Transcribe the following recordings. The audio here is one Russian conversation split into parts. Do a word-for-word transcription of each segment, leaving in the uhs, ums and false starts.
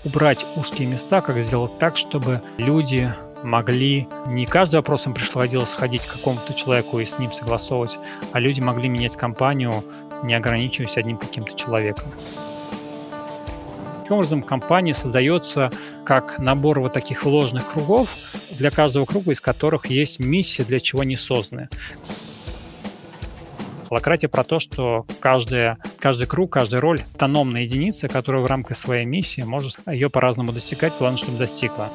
убрать узкие места, как сделать так, чтобы люди могли, не каждый вопрос им приходилось ходить к какому-то человеку и с ним согласовывать, а люди могли менять компанию, не ограничиваясь одним каким-то человеком. Таким образом, компания создается как набор вот таких вложенных кругов, для каждого круга из которых есть миссия, для чего они созданы. Холакратия про то, что каждая, каждый круг, каждая роль — автономная единица, которая в рамках своей миссии может ее по-разному достигать, главное, чтобы достигла.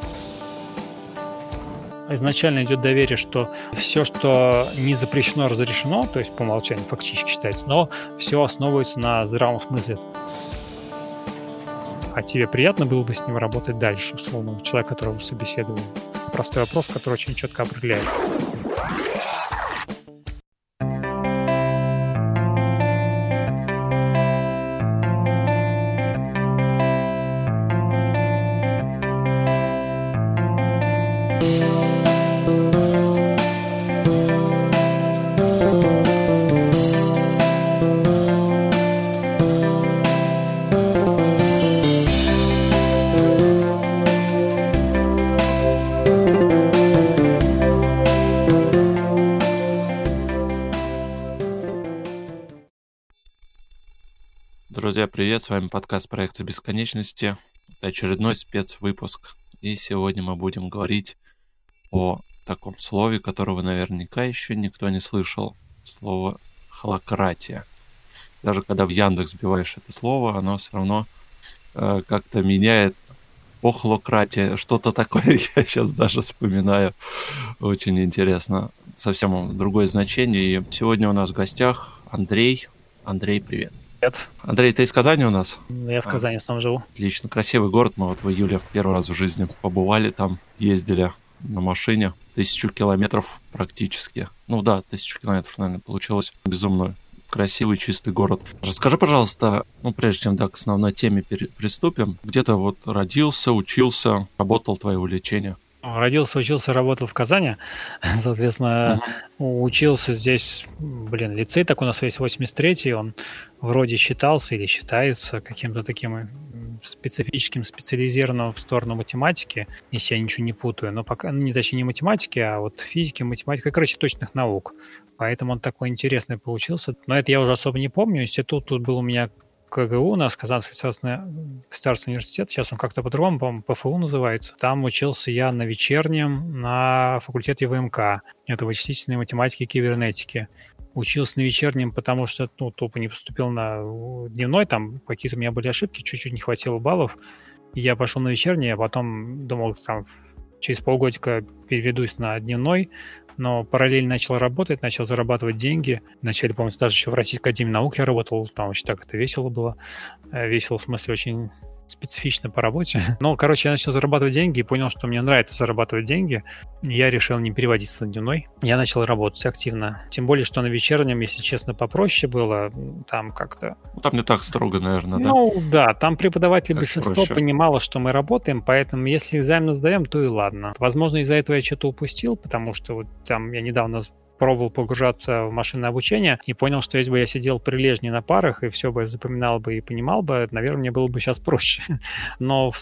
Изначально идет доверие, что все, что не запрещено, разрешено, то есть по умолчанию фактически считается, но все основывается на здравом смысле. А тебе приятно было бы с ним работать дальше, условно, человек, которого вы собеседовали? Простой вопрос, который очень четко определяет. Друзья, привет! С вами подкаст «Проекция бесконечности». Это очередной спецвыпуск. И сегодня мы будем говорить о таком слове, которого наверняка еще никто не слышал. Слово «холакратия». Даже когда в Яндекс вбиваешь это слово, оно все равно э, как-то меняет охлократия. Что-то такое я сейчас даже вспоминаю. Очень интересно. Совсем другое значение. И сегодня у нас в гостях Андрей. Андрей, привет. Привет. Андрей, ты из Казани у нас? Я в Казани снова живу. Отлично. Красивый город. Мы вот в июле первый раз в жизни побывали там, ездили на машине. Тысячу километров практически. Ну да, тысячу километров, наверное, получилось. Безумно красивый, чистый город. Расскажи, пожалуйста, ну прежде чем да, к основной теме приступим, где ты вот родился, учился, работал, твое увлечение? Родился, учился, работал в Казани. Соответственно, uh-huh. учился здесь, блин, лицей так у нас есть восемьдесят третий, он вроде считался или считается каким-то таким специфическим, специализированным в сторону математики, если я ничего не путаю, но пока, ну, не точнее не математики, а вот физики, математика, короче, точных наук. Поэтому он такой интересный получился. Но это я уже особо не помню. Институт тут был у меня КГУ, у нас Казанский государственный университет, сейчас он как-то по-другому, по-моему, ПФУ называется. Там учился я на вечернем на факультете ВМК, это вычислительной математики и кибернетики. Учился на вечернем, потому что, ну, тупо не поступил на дневной, там какие-то у меня были ошибки, чуть-чуть не хватило баллов. И я пошел на вечерний, а потом думал, там, через полгодика переведусь на дневной, но параллельно начал работать, начал зарабатывать деньги. Вначале, помню, даже еще в Российской академии наук я работал, там вообще так это весело было. Весело, в смысле, очень специфично по работе. Но, короче, я начал зарабатывать деньги и понял, что мне нравится зарабатывать деньги. Я решил не переводиться на дневной. Я начал работать активно. Тем более, что на вечернем, если честно, попроще было. Там как-то... Там не так строго, наверное, да? Ну, да. Там преподаватель так большинство проще. Понимало, что мы работаем, поэтому если экзамен сдаем, то и ладно. Возможно, из-за этого я что-то упустил, потому что вот там я недавно пробовал погружаться в машинное обучение и понял, что если бы я сидел прилежнее на парах и все бы запоминал бы и понимал бы, наверное, мне было бы сейчас проще. Но в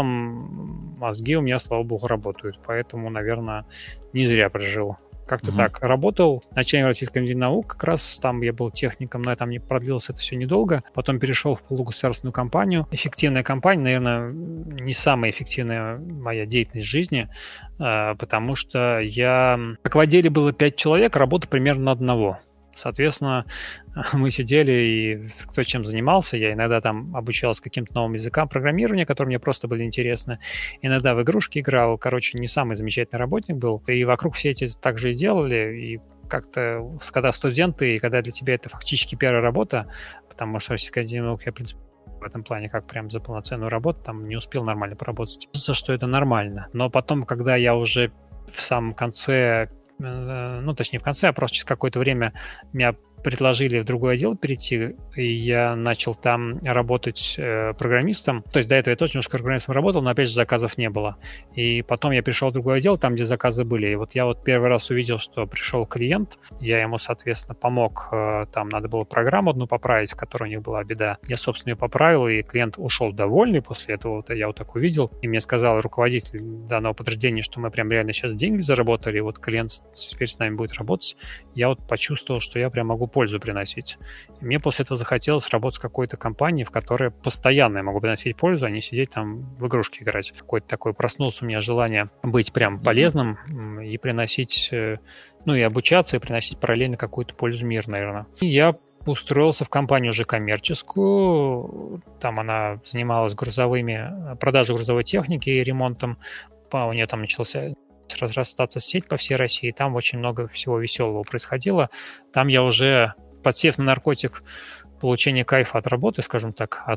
целом мозги у меня, слава богу, работают. Поэтому, наверное, не зря прожил. Как-то угу. так. Работал в начальной Российской академии наук, как раз там я был техником, но там не продлилось это все недолго. Потом перешел в полугосударственную компанию. Эффективная компания, наверное, не самая эффективная моя деятельность в жизни, потому что я... Как в отделе было пять человек, работа примерно на одного. Соответственно, мы сидели, и кто чем занимался. Я иногда там обучался каким-то новым языкам программирования, которые мне просто были интересны. Иногда в игрушки играл. Короче, не самый замечательный работник был. И вокруг все эти так же и делали. И как-то, когда студенты, и когда для тебя это фактически первая работа, потому что в Российской академии наук я, в принципе, в этом плане, как прям за полноценную работу, там не успел нормально поработать. Кажется, что это нормально. Но потом, когда я уже в самом конце... ну, точнее, в конце, а просто через какое-то время меня предложили в другой отдел перейти, и я начал там работать э, программистом. То есть до этого я тоже немножко программистом работал, но опять же заказов не было. И потом я пришел в другой отдел, там, где заказы были. И вот я вот первый раз увидел, что пришел клиент, я ему, соответственно, помог. Э, там надо было программу одну поправить, в которой у них была беда. Я, собственно, ее поправил, и клиент ушел довольный после этого. Вот я вот так увидел, и мне сказал руководитель данного подразделения, что мы прям реально сейчас деньги заработали, и вот клиент теперь с нами будет работать. Я вот почувствовал, что я прям могу пользу приносить. И мне после этого захотелось работать в какой-то компании, в которой постоянно я могу приносить пользу, а не сидеть там в игрушки играть. Какое-то такое проснулось у меня желание быть прям полезным mm-hmm. и приносить, ну и обучаться, и приносить параллельно какую-то пользу миру, наверное. И я устроился в компанию уже коммерческую. Там она занималась грузовыми, продажей грузовой техники и ремонтом. У нее там начался разрастаться сеть по всей России, там очень много всего веселого происходило. Там я уже, подсев на наркотик получения кайфа от работы, скажем так, от,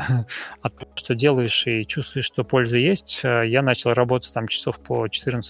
от того, что делаешь и чувствуешь, что польза есть, я начал работать там часов по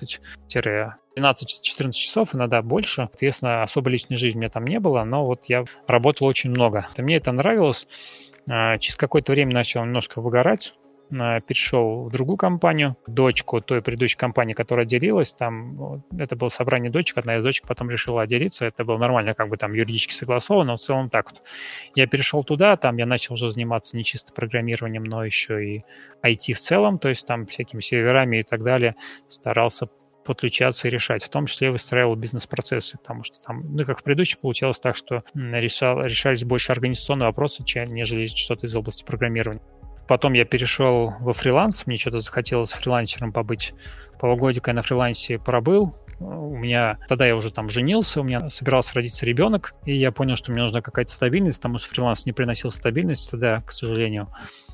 четырнадцать-двенадцать-четырнадцать часов, иногда больше. Соответственно, особо личной жизни у меня там не было, но вот я работал очень много. И мне это нравилось. Через какое-то время начал немножко выгорать. Перешел в другую компанию, дочку той предыдущей компании, которая отделилась, там это было собрание дочек, одна из дочек потом решила отделиться, это было нормально, как бы там юридически согласовано, но в целом так вот. Я перешел туда, там я начал уже заниматься не чисто программированием, но еще и ай ти в целом, то есть там всякими серверами и так далее, старался подключаться и решать. В том числе я выстраивал бизнес-процессы, потому что там, ну, как в предыдущем, получалось так, что решал, решались больше организационные вопросы, чем, нежели что-то из области программирования. Потом я перешел во фриланс, мне что-то захотелось фрилансером побыть. Полгодика я на фрилансе пробыл. У меня, тогда я уже там женился, у меня собирался родиться ребенок, и я понял, что мне нужна какая-то стабильность, потому что фриланс не приносил стабильность тогда, к сожалению.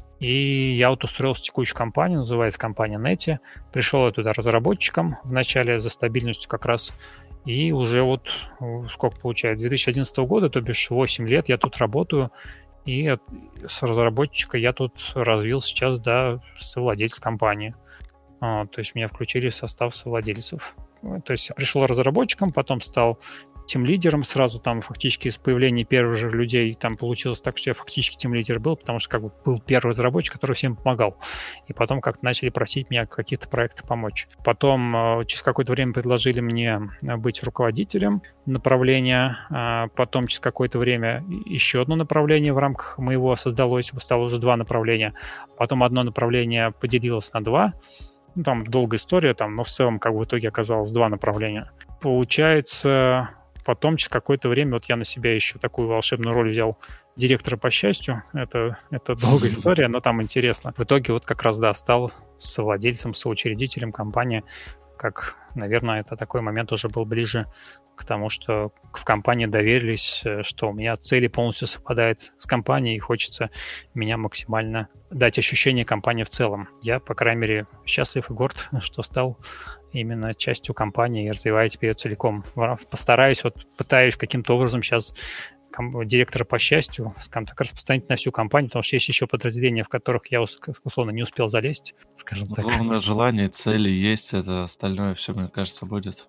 И я вот устроился в текущую компанию, называется компания Neti. Пришел я туда разработчиком, вначале за стабильностью как раз. И уже вот, сколько получается, две тысячи одиннадцатого года, то бишь восемь лет я тут работаю. И с разработчика я тут развил сейчас до совладельца компании. А, то есть меня включили в состав совладельцев. То есть я пришел разработчиком, потом стал тимлидером сразу там фактически с появлением первых же людей там получилось так, что я фактически тимлидер был, потому что как бы был первый разработчик, который всем помогал. И потом как-то начали просить меня в каких-то проектах помочь. Потом через какое-то время предложили мне быть руководителем направления. Потом через какое-то время еще одно направление в рамках моего создалось, стало уже два направления. Потом одно направление поделилось на два. Ну, там долгая история, там, но в целом как бы в итоге оказалось два направления. Получается, потом через какое-то время вот я на себя еще такую волшебную роль взял директора по счастью. Это, это долгая история, но там интересно. В итоге вот как раз, да, стал совладельцем, соучредителем компании. Как, наверное, это такой момент уже был ближе к тому, что в компании доверились, что у меня цели полностью совпадают с компанией, и хочется меня максимально дать ощущение компании в целом. Я, по крайней мере, счастлив и горд, что стал именно частью компании и развиваю теперь ее целиком. Постараюсь, вот пытаюсь каким-то образом сейчас директора по счастью, скажем так, распространить на всю компанию, потому что есть еще подразделения, в которых я условно не успел залезть, скажем так. Главное, желание, цели есть, это остальное все, мне кажется, будет.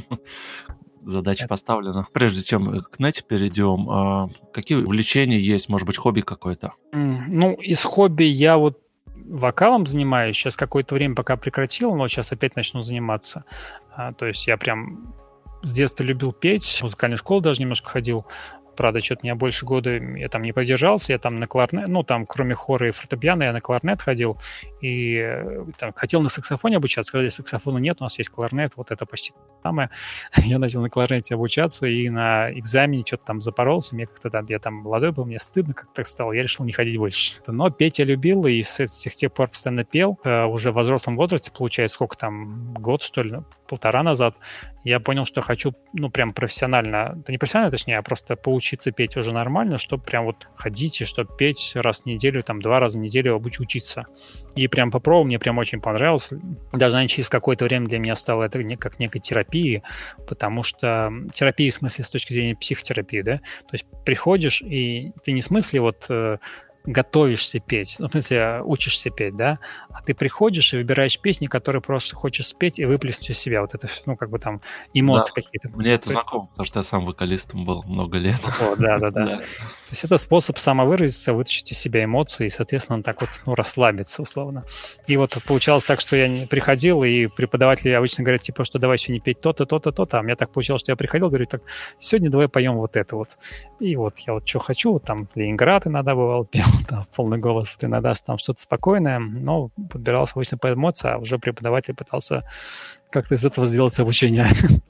Задача это... поставлена. Прежде чем к Neti перейдем, какие увлечения есть? Может быть, хобби какое-то? Ну, из хобби я вот вокалом занимаюсь. Сейчас какое-то время пока прекратил, но сейчас опять начну заниматься. То есть я прям с детства любил петь, в музыкальную школу даже немножко ходил. Правда, что-то меня больше года я там не поддержался, я там на кларнет, ну, там, кроме хора и фортепиано, я на кларнет ходил, и там, хотел на саксофоне обучаться, сказали, саксофона нет, у нас есть кларнет, вот это почти то самое. Я начал на кларнете обучаться, и на экзамене что-то там запоролся, мне как-то там, я там молодой был, мне стыдно как-то так стало, я решил не ходить больше. Но петь я любил, и с тех, с тех пор постоянно пел, уже в взрослом возрасте, получается, сколько там, год, что ли, полтора назад, я понял, что хочу, ну, прям профессионально, да не профессионально, точнее, а просто поучиться петь уже нормально, чтобы прям вот ходить и чтобы петь раз в неделю, там, два раза в неделю обучиться учиться. И прям попробовал, мне прям очень понравилось. Даже, наверное, через какое-то время для меня стало это как некой терапией, потому что терапия, в смысле, с точки зрения психотерапии, да, то есть приходишь, и ты не в смысле вот готовишься петь, ну, в смысле, учишься петь, да, а ты приходишь и выбираешь песни, которые просто хочешь спеть и выплеснуть из себя. Вот это, ну, как бы там эмоции Да. какие-то. Мне это знакомо, потому что я сам вокалистом был много лет. О, да-да-да. То есть это способ самовыразиться, вытащить из себя эмоции и, соответственно, так вот, ну, расслабиться, условно. И вот получалось так, что я не приходил, и преподаватели обычно говорят, типа, что давай сегодня петь то-то, то-то, то-то, а у меня так получалось, что я приходил, говорю, так, сегодня давай поем вот это вот. И вот я вот что хочу, вот там Ленинград иногда бывал, пел там в полный голос, иногда там что-то спокойное, но подбирался обычно по эмоциям, а уже преподаватель пытался как-то из этого сделать обучение.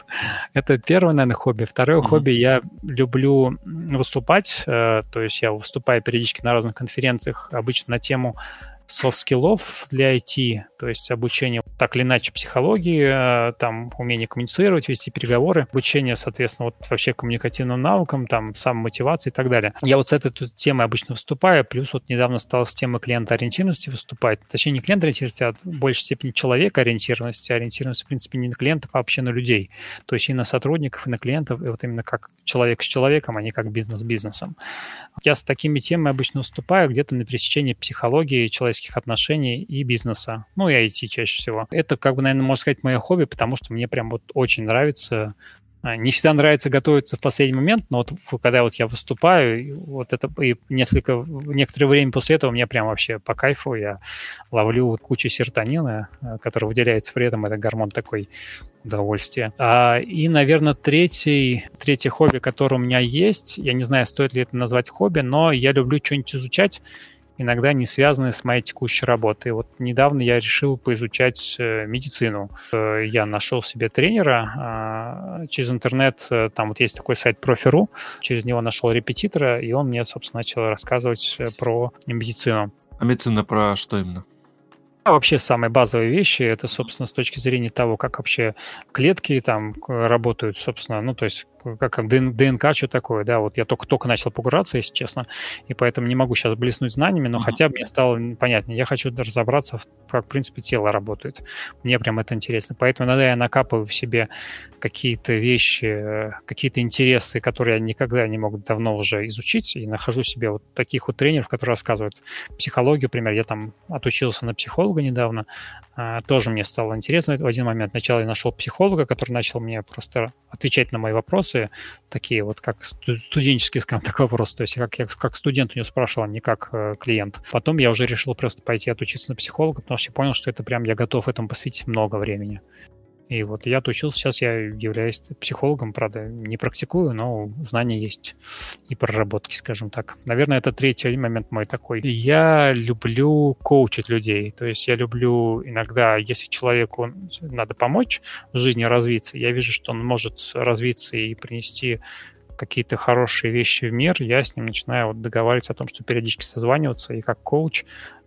Это первое, наверное, хобби. Второе mm-hmm. хобби, я люблю выступать, то есть я выступаю периодически на разных конференциях, обычно на тему софт-скиллов для ай ти, то есть обучение так или иначе психологии, там умение коммуницировать, вести переговоры, обучение, соответственно, вот вообще коммуникативным навыкам, там самомотивации и так далее. Я вот с этой темой обычно выступаю, плюс вот недавно стал с темой клиентоориентированности выступать, точнее не клиентоориентированности, а в большей степени человекоориентированности, ориентированности, в принципе, не на клиентов, а вообще на людей, то есть и на сотрудников, и на клиентов, и вот именно как человек с человеком, а не как бизнес с бизнесом. Я с такими темами обычно выступаю где-то на пересечении психологии, человеческих отношений и бизнеса. Ну, и ай ти чаще всего. Это, как бы, наверное, можно сказать, мое хобби, потому что мне прям вот очень нравится. Не всегда нравится готовиться в последний момент, но вот когда вот я выступаю, вот это и несколько, некоторое время после этого мне прям вообще по кайфу, я ловлю кучу серотонина, который выделяется при этом, это гормон такой удовольствия. А, и, наверное, третий, третье хобби, которое у меня есть, я не знаю, стоит ли это назвать хобби, но я люблю что-нибудь изучать, иногда не связанные с моей текущей работой. Вот недавно я решил поизучать э, медицину. Э, я нашел себе тренера э, через интернет. Э, там вот есть такой сайт профи точка ру. Через него нашел репетитора, и он мне, собственно, начал рассказывать про медицину. А медицина про что именно? А вообще самые базовые вещи, это, собственно, с точки зрения того, как вообще клетки там работают, собственно, ну, то есть как ДНК, что такое, да, вот я только-только начал погружаться, если честно, и поэтому не могу сейчас блеснуть знаниями, но uh-huh. хотя бы мне стало понятнее. Я хочу разобраться, в, как, в принципе, тело работает. Мне прям это интересно. Поэтому иногда я накапываю в себе какие-то вещи, какие-то интересы, которые я никогда не мог давно уже изучить, и нахожу себе вот таких вот тренеров, которые рассказывают психологию, например. Я там отучился на психолога недавно, тоже мне стало интересно в один момент. Сначала я нашел психолога, который начал мне просто отвечать на мои вопросы, такие вот как студенческие, скажем так, вопросы. То есть как я как студент у него спрашивал, а не как э, клиент. Потом я уже решил просто пойти отучиться на психолога, потому что я понял, что это прям я готов этому посвятить много времени. И вот я отучился, сейчас я являюсь психологом, правда, не практикую, но знания есть и проработки, скажем так. Наверное, это третий момент мой такой. Я люблю коучить людей, то есть я люблю иногда, если человеку надо помочь в жизни развиться, я вижу, что он может развиться и принести какие-то хорошие вещи в мир, я с ним начинаю вот договариваться о том, что периодически созваниваться, и как коуч,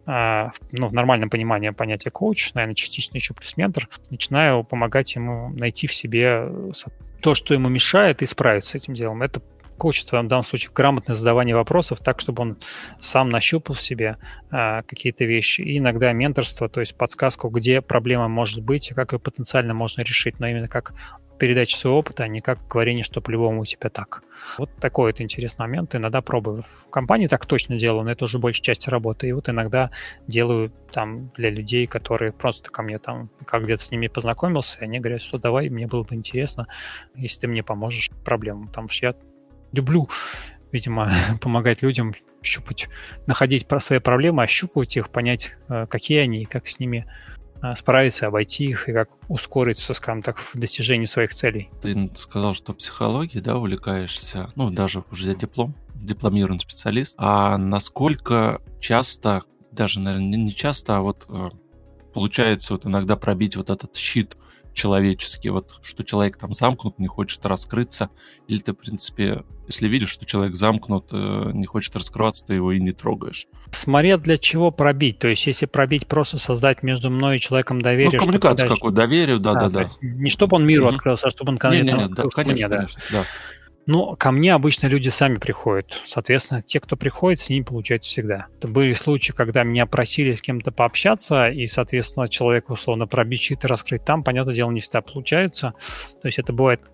ну, в нормальном понимании понятия коуч, наверное, частично еще плюс ментор, начинаю помогать ему найти в себе то, что ему мешает, и справиться с этим делом. Это коучество в данном случае грамотное задавание вопросов так, чтобы он сам нащупал в себе а, какие-то вещи. И иногда менторство, то есть подсказку, где проблема может быть и как ее потенциально можно решить, но именно как передача своего опыта, а не как говорение, что по-любому у тебя так. Вот такой вот интересный момент. Иногда пробую. В компании так точно делаю, но это уже большая часть работы. И вот иногда делаю там для людей, которые просто ко мне там, как где-то с ними познакомился, и они говорят, что давай, мне было бы интересно, если ты мне поможешь проблемам. Потому что я люблю, видимо, помогать людям щупать, находить свои проблемы, ощупывать их, понять, какие они, как с ними справиться, обойти их и как ускориться, скажем так, в достижении своих целей. Ты сказал, что психологией, да, увлекаешься, ну, даже уже диплом, дипломированный специалист. А насколько часто, даже, наверное, не часто, а вот получается вот иногда пробить вот этот щит человеческий, вот что человек там замкнут, не хочет раскрыться, или ты, в принципе, если видишь, что человек замкнут, не хочет раскрываться, ты его и не трогаешь. Смотря для чего пробить, то есть если пробить, просто создать между мной и человеком доверие. Ну, коммуникацию какую, доверие, да-да-да. Не чтобы он миру mm-hmm. открылся, а чтобы он конкретно открылся да, конечно, мне, конечно, да. да. Ну, ко мне обычно люди сами приходят. Соответственно, те, кто приходит, с ними получается всегда. Это были случаи, когда меня просили с кем-то пообщаться, и, соответственно, человеку, условно, пробить щит и раскрыть там, понятное дело, не всегда получается. То есть это бывает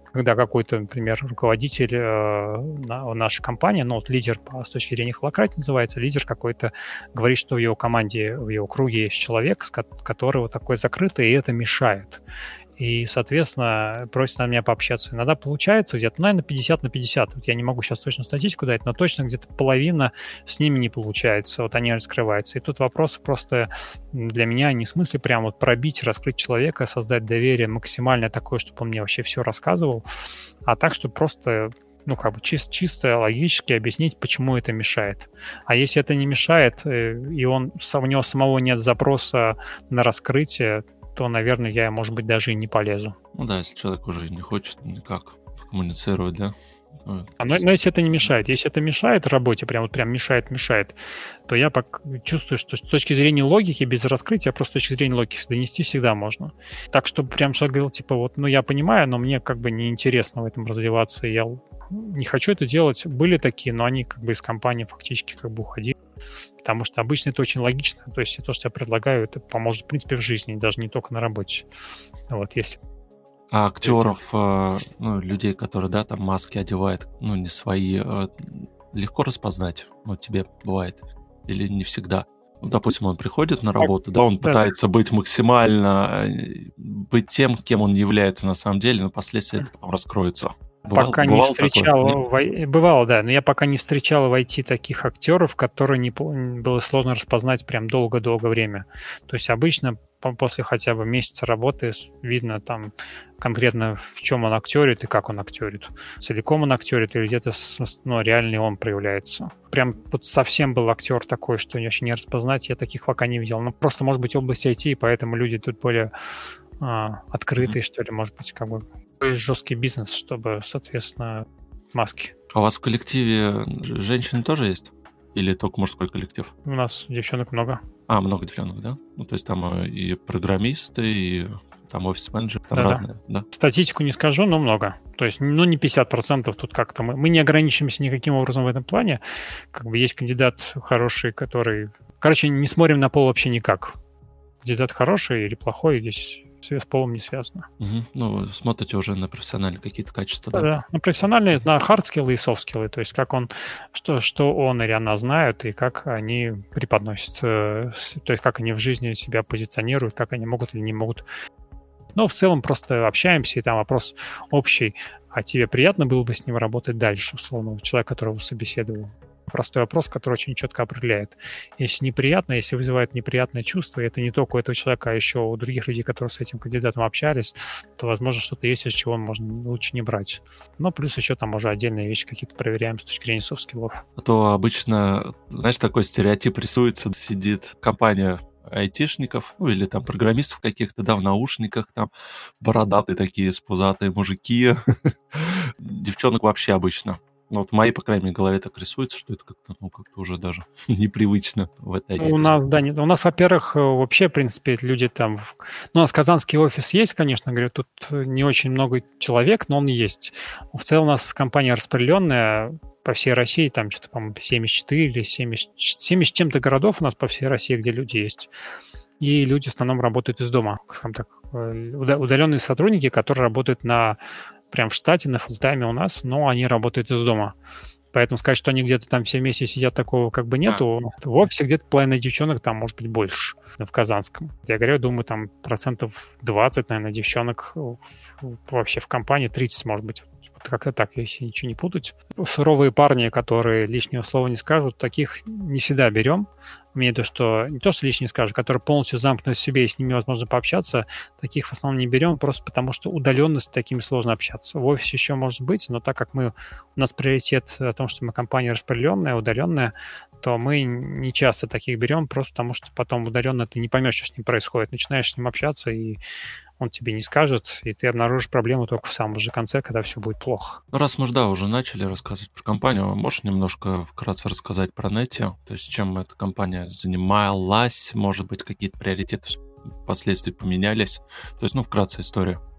когда какой-то, например, руководитель э, на, нашей компании, ну, вот лидер по, с точки зрения холократии называется, лидер какой-то говорит, что в его команде, в его круге есть человек, который вот такой закрытый, и это мешает. И, соответственно, просит на меня пообщаться. Иногда получается где-то, наверное, пятьдесят на пятьдесят. Вот я не могу сейчас точно статистику дать, но точно где-то половина с ними не получается. Вот они раскрываются. И тут вопрос просто для меня не в смысле прям вот пробить, раскрыть человека, создать доверие максимально такое, чтобы он мне вообще все рассказывал, а так, чтобы просто... ну, как бы чисто, чисто логически объяснить, почему это мешает. А если это не мешает, и он, у него самого нет запроса на раскрытие, то, наверное, я, может быть, даже и не полезу. Ну да, если человек уже не хочет никак коммуницировать, да? А, но, но если это не мешает, если это мешает работе, прям вот прям мешает, мешает, то я пока чувствую, что с точки зрения логики, без раскрытия, просто с точки зрения логики донести всегда можно. Так, чтобы прям человек говорил, типа, вот, ну, я понимаю, но мне как бы неинтересно в этом развиваться, и я не хочу это делать. Были такие, но они как бы из компании фактически как бы уходили. Потому что обычно это очень логично. То есть то, что я предлагаю, это поможет, в принципе, в жизни, даже не только на работе. Вот, если... А актеров, э, ну, людей, которые, да, там маски одевают, ну, не свои, э, легко распознать? Ну, тебе бывает? Или не всегда? Ну, допустим, он приходит на работу, да, он да, пытается да. быть максимально, быть тем, кем он является на самом деле, но впоследствии это потом раскроется. Бывал, пока не встречал, в... бывало, да, но я пока не встречал в ай ти таких актеров, которые не было сложно распознать прям долго-долго время. То есть обычно после хотя бы месяца работы видно там конкретно в чем он актерит и как он актерит. Целиком он актерит или где-то ну, реальный он проявляется. Прям вот совсем был актер такой, что вообще не распознать, я таких пока не видел. Ну просто, может быть, область ай ти, поэтому люди тут более а, открытые, mm-hmm. что ли, может быть, как бы жесткий бизнес, чтобы, соответственно, маски. А у вас в коллективе женщины тоже есть? Или только мужской коллектив? У нас девчонок много. А, много девчонок, да? Ну, то есть там и программисты, и там офис-менеджеры, там да, разные, да. да? Статистику не скажу, но много. То есть, ну, не пятьдесят процентов тут как-то мы... Мы не ограничимся никаким образом в этом плане. Как бы есть кандидат хороший, который... Короче, не смотрим на пол вообще никак. Кандидат хороший или плохой, здесь... с полом не связано. Угу. Ну, смотрите уже на профессиональные какие-то качества, да? Да, да. На профессиональные, на хардскиллы и софтскиллы, то есть как он, что, что он или она знают, и как они преподносят, то есть как они в жизни себя позиционируют, как они могут или не могут. Но в целом просто общаемся, и там вопрос общий, а тебе приятно было бы с ним работать дальше, условно, человек, которого собеседовал. Простой вопрос, который очень четко определяет. Если неприятно, если вызывает неприятное чувство, и это не только у этого человека, а еще у других людей, которые с этим кандидатом общались, то, возможно, что-то есть, из чего можно лучше не брать. Но плюс еще там уже отдельные вещи какие-то проверяем с точки зрения софт-скиллов. А то обычно, знаешь, такой стереотип рисуется, сидит компания айтишников, ну или там программистов каких-то, да, в наушниках, там бородатые такие, спузатые мужики. Девчонок вообще обычно. Ну, вот в моей, по крайней мере, голове так рисуется, что это как-то, ну, как-то уже даже непривычно в этой У нас, да, нет. У нас, во-первых, вообще, в принципе, люди там... Ну, у нас казанский офис есть, конечно, говорю, тут не очень много человек, но он есть. В целом у нас компания распределенная по всей России, там что-то, по-моему, семьдесят четыре или семьдесят, семьдесят чем-то городов у нас по всей России, где люди есть. И люди в основном работают из дома, скажем так, удаленные сотрудники, которые работают на... прям в штате, на фуллтайме у нас, но они работают из дома. Поэтому сказать, что они где-то там все вместе сидят, такого как бы нету. А. В офисе где-то половина девчонок, там может быть больше, в Казанском. Я говорю, думаю, там процентов двадцать, наверное, девчонок вообще в компании, тридцать, может быть. Как-то так, если ничего не путать. Суровые парни, которые лишнего слова не скажут, таких не всегда берем. Имею в виду, что не то, что лишнее скажут, которые полностью замкнуты в себе, и с ними возможно пообщаться, таких в основном не берем, просто потому что удаленно с такими сложно общаться. В офисе еще может быть, но так как мы, у нас приоритет о том, что мы компания распределенная, удаленная, то мы не часто таких берем, просто потому что потом удаленно ты не поймешь, что с ним происходит. Начинаешь с ним общаться, и он тебе не скажет, и ты обнаружишь проблему только в самом же конце, когда все будет плохо. Ну, раз мы же, да, уже начали рассказывать про компанию, можешь немножко вкратце рассказать про Netty? То есть чем эта компания занималась, может быть, какие-то приоритеты впоследствии поменялись? То есть, ну, вкратце история.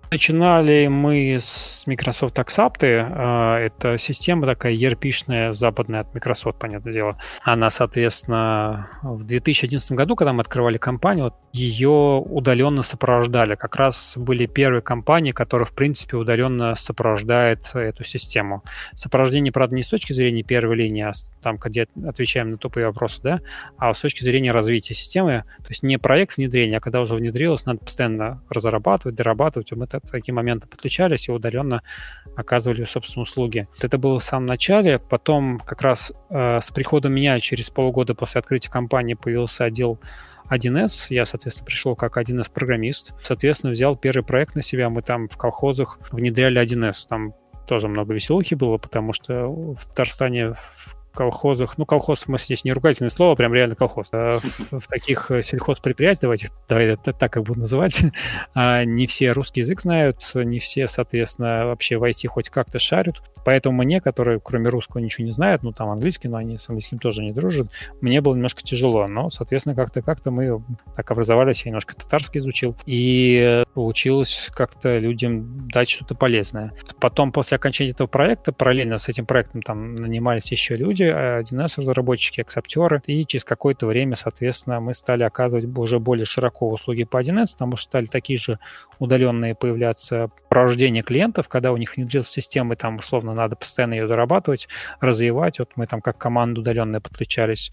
Начинали мы с Microsoft Axapta. Это система такая и эр пи-шная, западная от Microsoft, понятное дело. Она, соответственно, в две тысячи одиннадцатом году, когда мы открывали компанию, вот, ее удаленно сопровождали. Как раз были первые компании, которые, в принципе, удаленно сопровождают эту систему. Сопровождение, правда, не с точки зрения первой линии, а там, где отвечаем на тупые вопросы, да, а с точки зрения развития системы. То есть не проект внедрения, а когда уже внедрилось, надо постоянно разрабатывать, дорабатывать. Мы в такие моменты подключались и удаленно оказывали, собственно, услуги. Это было в самом начале. Потом как раз э, с приходом меня через полгода после открытия компании появился отдел один эс. Я, соответственно, пришел как один эс-программист. Соответственно, взял первый проект на себя. Мы там в колхозах внедряли один эс. Там тоже много веселухи было, потому что в Татарстане в колхозах, ну, колхоз, мы здесь не ругательное слово, прям реально колхоз. А в, в таких сельхозпредприятиях, давайте давайте это так как буду называть, не все русский язык знают, не все, соответственно, вообще в ай ти хоть как-то шарят. Поэтому мне, которые кроме русского ничего не знают, ну, там английский, но они с английским тоже не дружат, мне было немножко тяжело. Но, соответственно, как-то как-то мы так образовались, я немножко татарский изучил, и получилось как-то людям дать что-то полезное. Потом, после окончания этого проекта, параллельно с этим проектом там нанимались еще люди, один эс-разработчики, аксаптеры, и через какое-то время, соответственно, мы стали оказывать уже более широко услуги по один эс, потому что стали такие же удаленные появляться провождения клиентов, когда у них внедрилась система, и там, условно, надо постоянно ее дорабатывать, развивать. Вот мы там как команда удаленная подключались.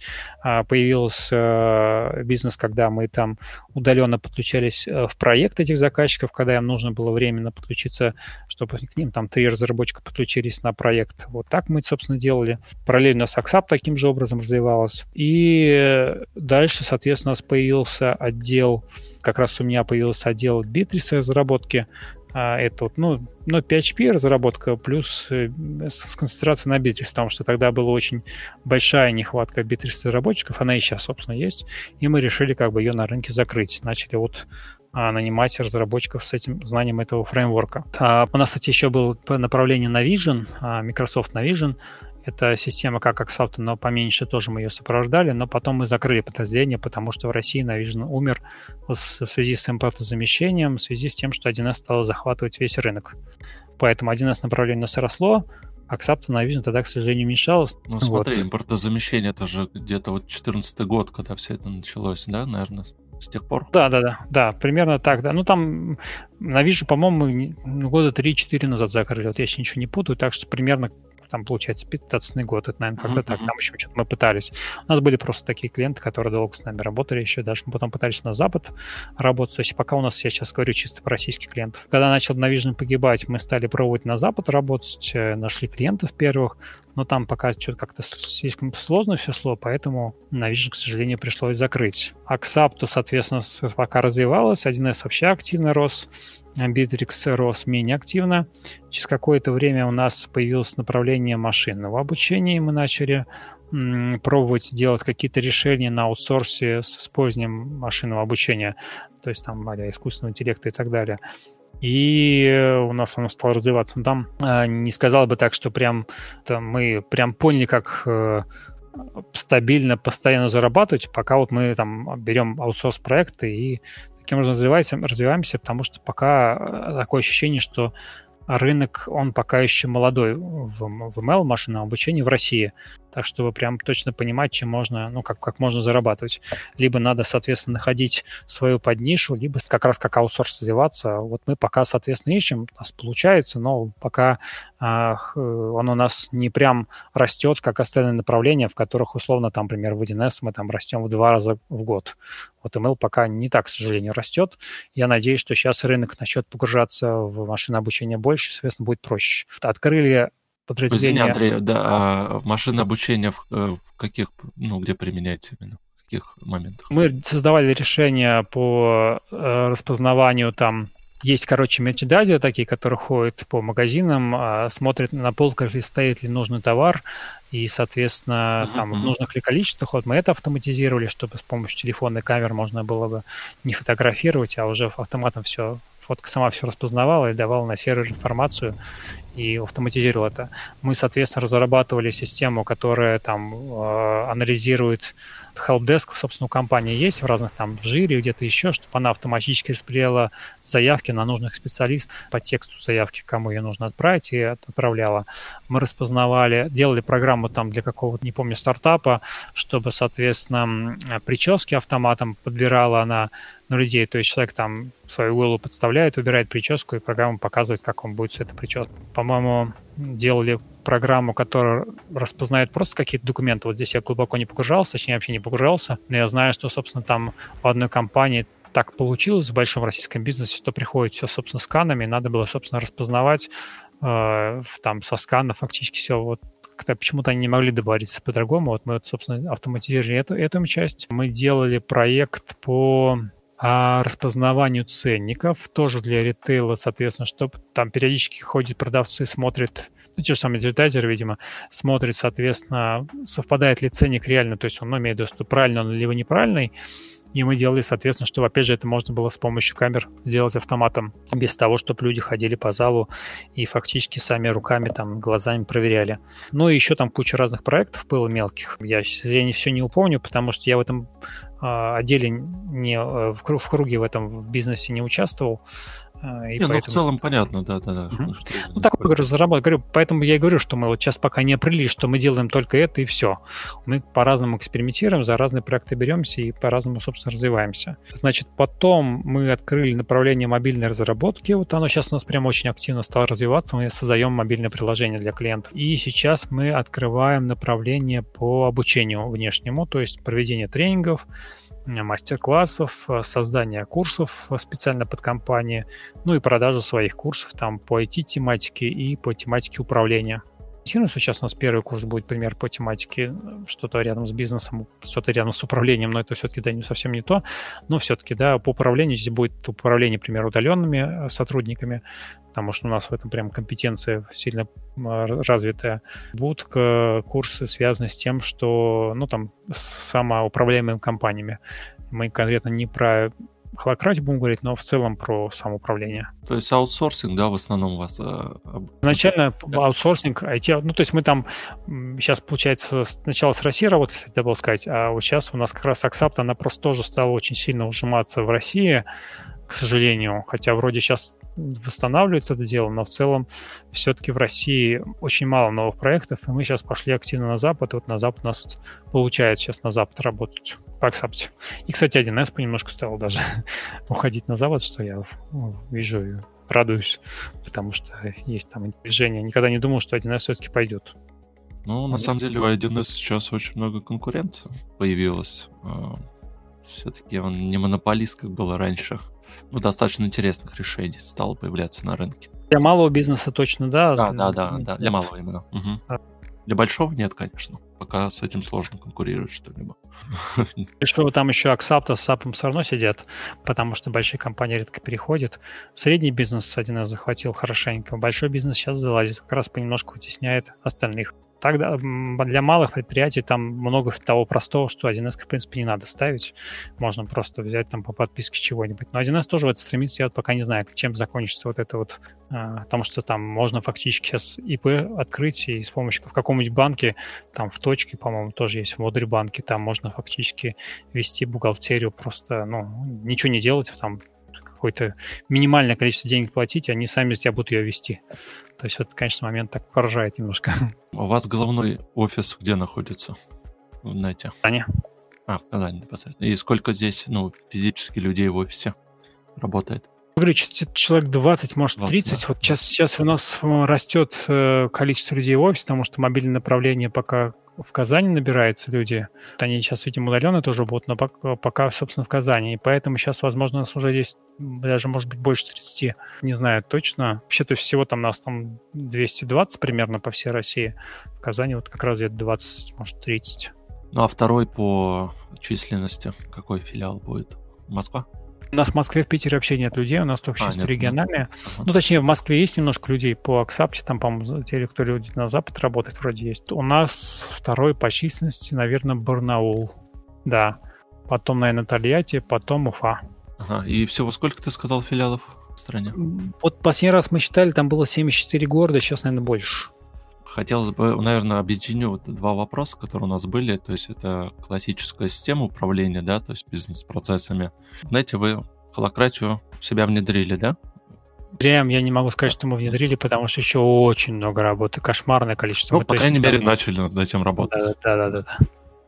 Появился бизнес, когда мы там удаленно подключались в проект этих заказчиков, когда им нужно было временно подключиться, чтобы к ним там три разработчика подключились на проект. Вот так мы, собственно, делали. Параллельно у нас Axapta таким же образом развивалась. И дальше, соответственно, у нас появился отдел, как раз у меня появился отдел Bittrex разработки. Это вот, ну, ну, пи эйч пи разработка плюс с концентрацией на Bittrex, потому что тогда была очень большая нехватка Bittrex разработчиков, она и сейчас, собственно, есть, и мы решили как бы ее на рынке закрыть. Начали вот нанимать разработчиков с этим знанием этого фреймворка. А у нас, кстати, еще было направление Navision, Microsoft Navision. Это система как Axapta, но поменьше тоже мы ее сопровождали, но потом мы закрыли подразделение, потому что в России Navision умер в связи с импортозамещением, в связи с тем, что один эс стал захватывать весь рынок. Поэтому один эс направление у нас росло, Axapta Navision тогда, к сожалению, уменьшалось. Ну смотри, вот. Импортозамещение, это же где-то вот четырнадцатый год, когда все это началось, да, наверное? С тех пор? Да, да, да, да, примерно так, да. Ну, там, Navision, по-моему, года три-четыре назад закрыли, вот я еще ничего не путаю, так что примерно там, получается, пятнадцатый год, это, наверное, как-то uh-huh. так, там еще что-то мы пытались. У нас были просто такие клиенты, которые долго с нами работали еще, даже мы потом пытались на Запад работать, то есть пока у нас, я сейчас говорю чисто про российских клиентов. Когда начал Navision погибать, мы стали пробовать на Запад работать, нашли клиентов первых, но там пока что-то как-то слишком сложно все шло, поэтому Navision, к сожалению, пришлось закрыть. Axapta, соответственно, пока развивалась, один эс вообще активно рос, Bittrex рос менее активно. Через какое-то время у нас появилось направление машинного обучения, и мы начали м, пробовать делать какие-то решения на аутсорсе с использованием машинного обучения, то есть там а-ля искусственного интеллекта и так далее. И у нас оно стало развиваться. Там э, не сказал бы так, что прям там, мы прям поняли, как э, стабильно, постоянно зарабатывать, пока вот мы там берем аутсорс-проекты и таким образом развиваемся, развиваемся, потому что пока такое ощущение, что рынок, он пока еще молодой в, в эм эл, машинном обучении в России. Так, чтобы прям точно понимать, чем можно, ну, как, как можно зарабатывать. Либо надо, соответственно, находить свою поднишу, либо как раз как аутсорс развиваться. Вот мы пока, соответственно, ищем, у нас получается, но пока а, он у нас не прям растет, как остальные направления, в которых, условно, там, например, в один эс мы там растем в два раза в год. Вот эм эл пока не так, к сожалению, растет. Я надеюсь, что сейчас рынок начнет погружаться в машинное обучение больше, соответственно, будет проще. Открыли подразделение... Извини, Андрей, да, а машинное обучение в, в каких, ну, где применяется именно? В каких моментах? Мы создавали решения по э, распознаванию там. Есть, короче, мерчендайзеры такие, которые ходят по магазинам, э, смотрят на полках, стоит ли нужный товар, и, соответственно, uh-huh, там uh-huh. в нужных ли количествах. Вот мы это автоматизировали, чтобы с помощью телефонной камеры можно было бы не фотографировать, а уже автоматом все, фотка сама все распознавала и давала на сервер информацию и автоматизировала это. Мы, соответственно, разрабатывали систему, которая там э, анализирует helpdesk, собственно, у компании есть в разных там, в Жире, где-то еще, чтобы она автоматически распределяла заявки на нужных специалистов по тексту заявки, кому ее нужно отправить, и отправляла. Мы распознавали, делали программу там для какого-то, не помню, стартапа, чтобы, соответственно, прически автоматом подбирала она на людей. То есть человек там свою голову подставляет, выбирает прическу, и программа показывает, как он будет с этой прической. По-моему, делали программу, которая распознает просто какие-то документы. Вот здесь я глубоко не погружался, точнее, вообще не погружался. Но я знаю, что, собственно, там в одной компании так получилось в большом российском бизнесе, что приходит все, собственно, сканами, и надо было, собственно, распознавать э, там со скана фактически все. Вот как-то почему-то они не могли договориться по-другому. Вот мы, вот, собственно, автоматизировали эту, эту часть. Мы делали проект по а распознаванию ценников, тоже для ритейла, соответственно, чтобы там периодически ходят продавцы, смотрят, ну, те же самые адвертайзеры, видимо, смотрят, соответственно, совпадает ли ценник реально, то есть он, ну, имеет доступ, правильно он либо неправильный, и мы делали, соответственно, чтобы, опять же, это можно было с помощью камер сделать автоматом, без того, чтобы люди ходили по залу и фактически сами руками, там, глазами проверяли. Ну, и еще там куча разных проектов было мелких. Я, я не, все не упомню, потому что я в этом отделе не, в круге в этом в бизнесе не участвовал. И не, поэтому... ну, в целом понятно, да-да-да. Mm-hmm. Ну, так говорю, заработать. Говорю, поэтому я и говорю, что мы вот сейчас пока не определили, что мы делаем только это и все. Мы по-разному экспериментируем, за разные проекты беремся и по-разному, собственно, развиваемся. Значит, потом мы открыли направление мобильной разработки. Вот оно сейчас у нас прям очень активно стало развиваться. Мы создаем мобильное приложение для клиентов. И сейчас мы открываем направление по обучению внешнему, то есть проведение тренингов, мастер-классов, создание курсов специально под компании, ну и продажу своих курсов там по ай ти-тематике и по тематике управления. Сейчас у нас первый курс будет, пример, по тематике, что-то рядом с бизнесом, что-то рядом с управлением, но это все-таки, да, не совсем не то, но все-таки, да, по управлению здесь будет управление, например, удаленными сотрудниками, потому что у нас в этом прям компетенция сильно развитая. Будут курсы, связанные с тем, что, ну, там, с самоуправляемыми компаниями. Мы конкретно не про холократию будем говорить, но в целом про самоуправление. То есть аутсорсинг, да, в основном у вас? Изначально да. Аутсорсинг, ай ти, ну, то есть мы там сейчас, получается, сначала с Россией работали, кстати, забыл сказать, а вот сейчас у нас как раз Axapta, она просто тоже стала очень сильно ужиматься в России, к сожалению, хотя вроде сейчас восстанавливается это дело, но в целом все-таки в России очень мало новых проектов, и мы сейчас пошли активно на Запад, и вот на Запад у нас получается сейчас на Запад работать по Axapta. И, кстати, один эс понемножку стал даже уходить на Запад, что я вижу и радуюсь, потому что есть там движение. Никогда не думал, что один эс все-таки пойдет. Ну, на самом деле у один эс сейчас очень много конкуренции появилось. Все-таки он не монополист, как было раньше. Ну, достаточно интересных решений стало появляться на рынке. Для малого бизнеса точно, да? Да, да, да, да, для малого именно. Угу. Да. Для большого нет, конечно. Пока с этим сложно конкурировать что-либо. И что там еще Axapta с сапом все равно сидят, потому что большие компании редко переходят. Средний бизнес один раз захватил хорошенько, большой бизнес сейчас залазит, как раз понемножку вытесняет остальных. Тогда для малых предприятий там много того простого, что один эс, в принципе, не надо ставить. Можно просто взять там по подписке чего-нибудь. Но один эс тоже в это стремится. Я вот пока не знаю, чем закончится вот это вот. А, потому что там можно фактически сейчас ИП открыть и с помощью в каком-нибудь банке, там в точке, по-моему, тоже есть в Модульбанке, там можно фактически вести бухгалтерию просто, ну, ничего не делать, там какое-то минимальное количество денег платить, они сами за тебя будут ее вести. То есть это, конечно, момент так поражает немножко. У вас головной офис где находится? В Нете? В Казани. А, в Казани непосредственно. И сколько здесь, ну, физически людей в офисе работает? Говорю, человек двадцать, может, тридцать. двадцать, да. Вот сейчас, сейчас у нас растет количество людей в офисе, потому что мобильное направление пока в Казани набирается люди. Они сейчас, видимо, удаленно тоже будут, но пока, пока, собственно, в Казани. И поэтому сейчас, возможно, у нас уже есть даже, может быть, больше тридцати. Не знаю точно. Вообще-то всего там нас там двести двадцать примерно по всей России. В Казани вот как раз где-то двадцать, может, тридцать. Ну, а второй по численности какой филиал будет? Москва? У нас в Москве, в Питере вообще нет людей, у нас только а, чисто нет, региональные. Нет. Ага. Ну, точнее, в Москве есть немножко людей по Axapta, там, по-моему, те, кто люди на Запад работает, вроде есть. У нас второй по численности, наверное, Барнаул. Да. Потом, наверное, Тольятти, потом Уфа. Ага. И всего сколько, ты сказал, филиалов в стране? Вот последний раз мы считали, там было семьдесят четыре города, сейчас, наверное, больше. Хотелось бы, наверное, объединю вот два вопроса, которые у нас были. То есть это классическая система управления, да, то есть бизнес-процессами. Знаете, вы холакратию в себя внедрили, да? Прям я не могу сказать, что мы внедрили, потому что еще очень много работы, кошмарное количество. Ну, Мы, по то крайней есть, мере, там... начали над этим работать. Да-да-да.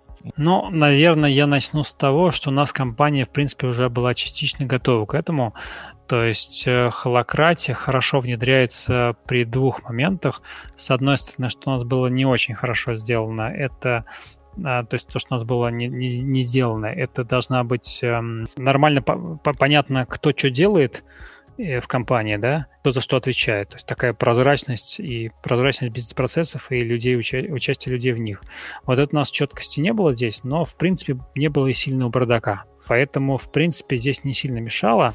Ну, наверное, я начну с того, что у нас компания, в принципе, уже была частично готова к этому. То есть холакратия хорошо внедряется при двух моментах. С одной стороны, что у нас было не очень хорошо сделано, это... То есть то, что у нас было не, не, не сделано, это должна быть эм, нормально по, по, понятно, кто что делает в компании, да, кто за что отвечает. То есть такая прозрачность и прозрачность бизнес-процессов и людей, уча- участие людей в них. Вот это у нас четкости не было здесь, но, в принципе, не было и сильного бардака. Поэтому, в принципе, здесь не сильно мешало.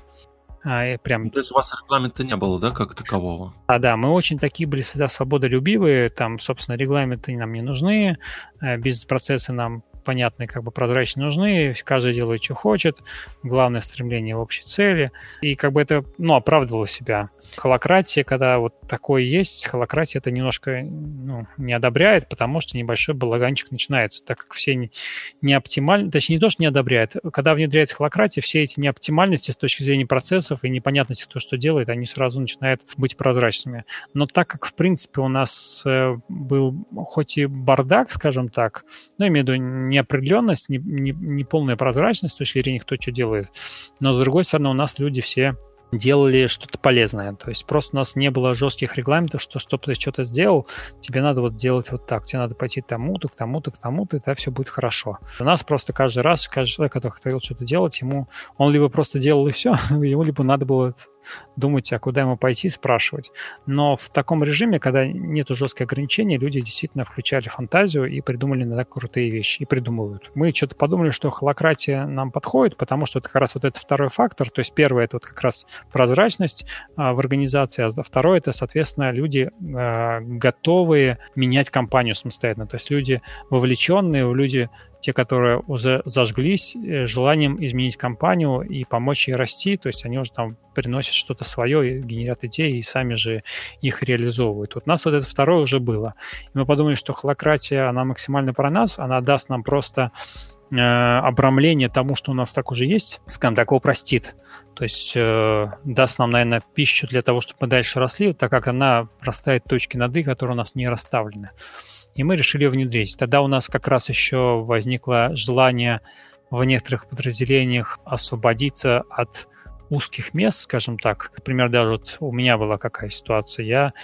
А, прям... Ну, то есть у вас регламента не было, да, как такового? А, да, мы очень такие были всегда свободолюбивые, там, собственно, регламенты нам не нужны, бизнес-процессы нам понятные, как бы прозрачно нужны, каждый делает, что хочет, главное стремление в общей цели, и как бы это, ну, оправдывало себя. Холакратия, когда вот такое есть, холакратия это немножко, ну, не одобряет, потому что небольшой балаганчик начинается, так как все не, не оптимально, точнее, не то, что не одобряет, когда внедряется холакратия, все эти неоптимальности с точки зрения процессов и непонятности, кто что делает, они сразу начинают быть прозрачными. Но так как, в принципе, у нас был хоть и бардак, скажем так, ну, имею в виду неопределенность, не, не, не полная прозрачность с точки зрения, кто что делает, но, с другой стороны, у нас люди все делали что-то полезное. То есть просто у нас не было жестких регламентов, что чтобы ты что-то сделал, тебе надо вот делать вот так. Тебе надо пойти к тому-то, к тому-то, к тому-то, и тогда все будет хорошо. У нас просто каждый раз, каждый человек, который хотел что-то делать, ему он либо просто делал и все, ему либо надо было думать, а куда ему пойти, спрашивать. Но в таком режиме, когда нет жестких ограничений, люди действительно включали фантазию и придумали иногда крутые вещи, и придумывают. Мы что-то подумали, что холакратия нам подходит, потому что это как раз вот этот второй фактор. То есть первый — это вот как раз прозрачность а, в организации, а второй — это, соответственно, люди а, готовые менять компанию самостоятельно. То есть люди вовлеченные, люди, те, которые уже зажглись желанием изменить компанию и помочь ей расти, то есть они уже там приносят что-то свое, генерят идеи и сами же их реализовывают. Вот у нас вот это второе уже было. И мы подумали, что холакратия, она максимально про нас, она даст нам просто э, обрамление тому, что у нас так уже есть, скажем так, упростит. То есть э, даст нам, наверное, пищу для того, чтобы мы дальше росли, так как она расставит точки над «и», которые у нас не расставлены. И мы решили внедрить. Тогда у нас как раз еще возникло желание в некоторых подразделениях освободиться от узких мест, скажем так. Например, даже вот у меня была какая ситуация. Я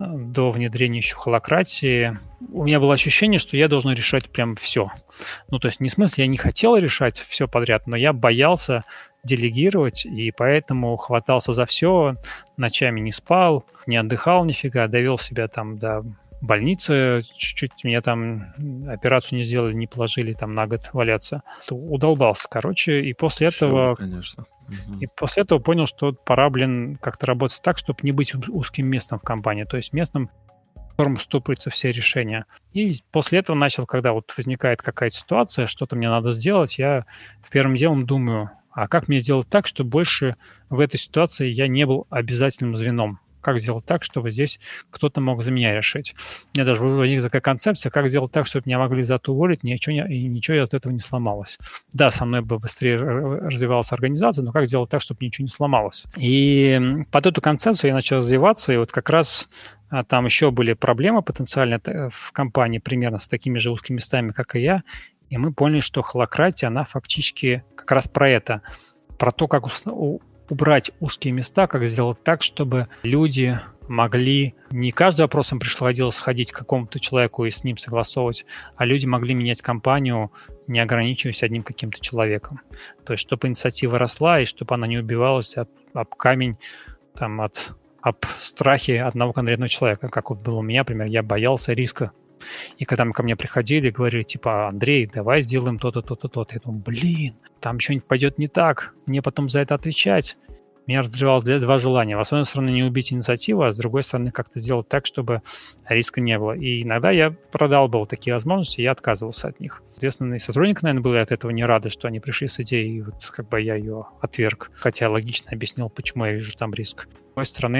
до внедрения еще холакратии, у меня было ощущение, что я должен решать прям все. Ну, то есть не в смысле, я не хотел решать все подряд, но я боялся делегировать, и поэтому хватался за все, ночами не спал, не отдыхал нифига, довел себя там до больницы, чуть-чуть меня там операцию не сделали, не положили там на год валяться. Удолбался, короче, и после этого... Конечно. Угу. И после этого понял, что пора, блин, как-то работать так, чтобы не быть узким местом в компании, то есть местом, в котором стопаются все решения. И после этого начал, когда вот возникает какая-то ситуация, что-то мне надо сделать, я в первым делом думаю, а как мне сделать так, чтобы больше в этой ситуации я не был обязательным звеном? Как сделать так, чтобы здесь кто-то мог за меня решить? У меня даже возникла такая концепция, как сделать так, чтобы меня могли зато уволить, ничего, не, и ничего от этого не сломалось. Да, со мной бы быстрее развивалась организация, но как сделать так, чтобы ничего не сломалось? И под эту концепцию я начал развиваться, и вот как раз там еще были проблемы потенциально в компании примерно с такими же узкими местами, как и я, и мы поняли, что холакратия, она фактически как раз про это, про то, как убрать узкие места, как сделать так, чтобы люди могли не каждый вопрос им приходилось ходить к какому-то человеку и с ним согласовывать, а люди могли менять компанию, не ограничиваясь одним каким-то человеком. То есть, чтобы инициатива росла и чтобы она не убивалась об, об камень, там, от, об страхи одного конкретного человека. Как вот было у меня, например, я боялся риска. И когда ко мне приходили, говорили, типа, Андрей, давай сделаем то-то, то-то, то-то. Я думаю, блин, там что-нибудь пойдет не так, мне потом за это отвечать. Меня разрывалось два желания. С одной стороны, не убить инициативу, а с другой стороны, как-то сделать так, чтобы риска не было. И иногда я продалбывал такие возможности, я отказывался от них. Соответственно, и сотрудники, наверное, были от этого не рады, что они пришли с идеей, и вот как бы я ее отверг. Хотя логично объяснил, почему я вижу там риск. С другой стороны,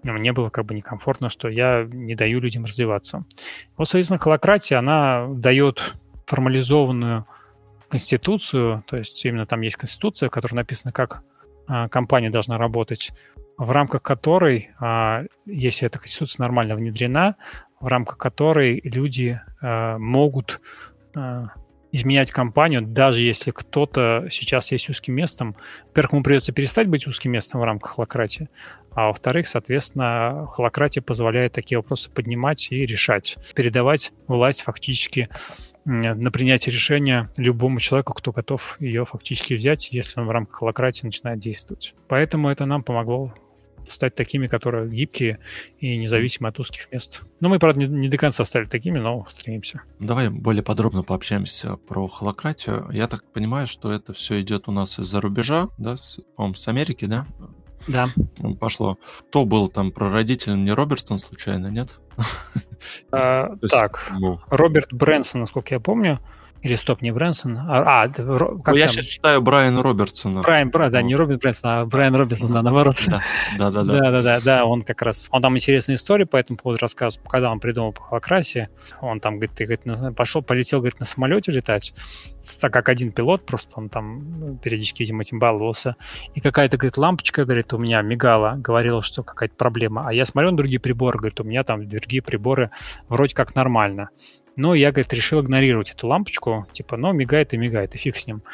мне было как бы некомфортно, что я не даю людям развиваться. Вот, соответственно, холакратия, она дает формализованную конституцию, то есть именно там есть конституция, в которой написано, как а, компания должна работать, в рамках которой, а, если эта конституция нормально внедрена, в рамках которой люди а, могут а, изменять компанию, даже если кто-то сейчас есть узким местом. Во-первых, ему придется перестать быть узким местом в рамках холакратии, а во-вторых, соответственно, холакратия позволяет такие вопросы поднимать и решать, передавать власть фактически на принятие решения любому человеку, кто готов ее фактически взять, если он в рамках холакратии начинает действовать. Поэтому это нам помогло стать такими, которые гибкие и независимы от узких мест. Но мы, правда, не, не до конца стали такими, но стремимся. Давай более подробно пообщаемся про холакратию. Я так понимаю, что это все идет у нас из-за рубежа, да, с, по-моему, с Америки, да? Да. Пошло. Кто был там прародителем? Не Робертсон случайно, нет? А, так, Роберт Брэнсон, насколько я помню. Или стоп, не Брэнсон. А, а как ну, я там? сейчас читаю Брайана Робертсона. Брайан, Бра, да, вот. Не Роберт Брэнсон, а Брайан Робертсон, да, наоборот. Да, да, да, да, да, да, да, он как раз, он там интересные истории по этому поводу рассказывал, когда он придумал по холакрасии, он там, говорит, ты, говорит, пошел, полетел, говорит, на самолете летать, так как один пилот, просто он там периодически, видимо, этим баловался, и какая-то, говорит, лампочка, говорит, у меня мигала, говорила, что какая-то проблема, а я смотрю на другие приборы, говорит, у меня там другие приборы вроде как нормально. Но я, говорит, решил игнорировать эту лампочку, типа, ну, мигает и мигает, и фиг с ним.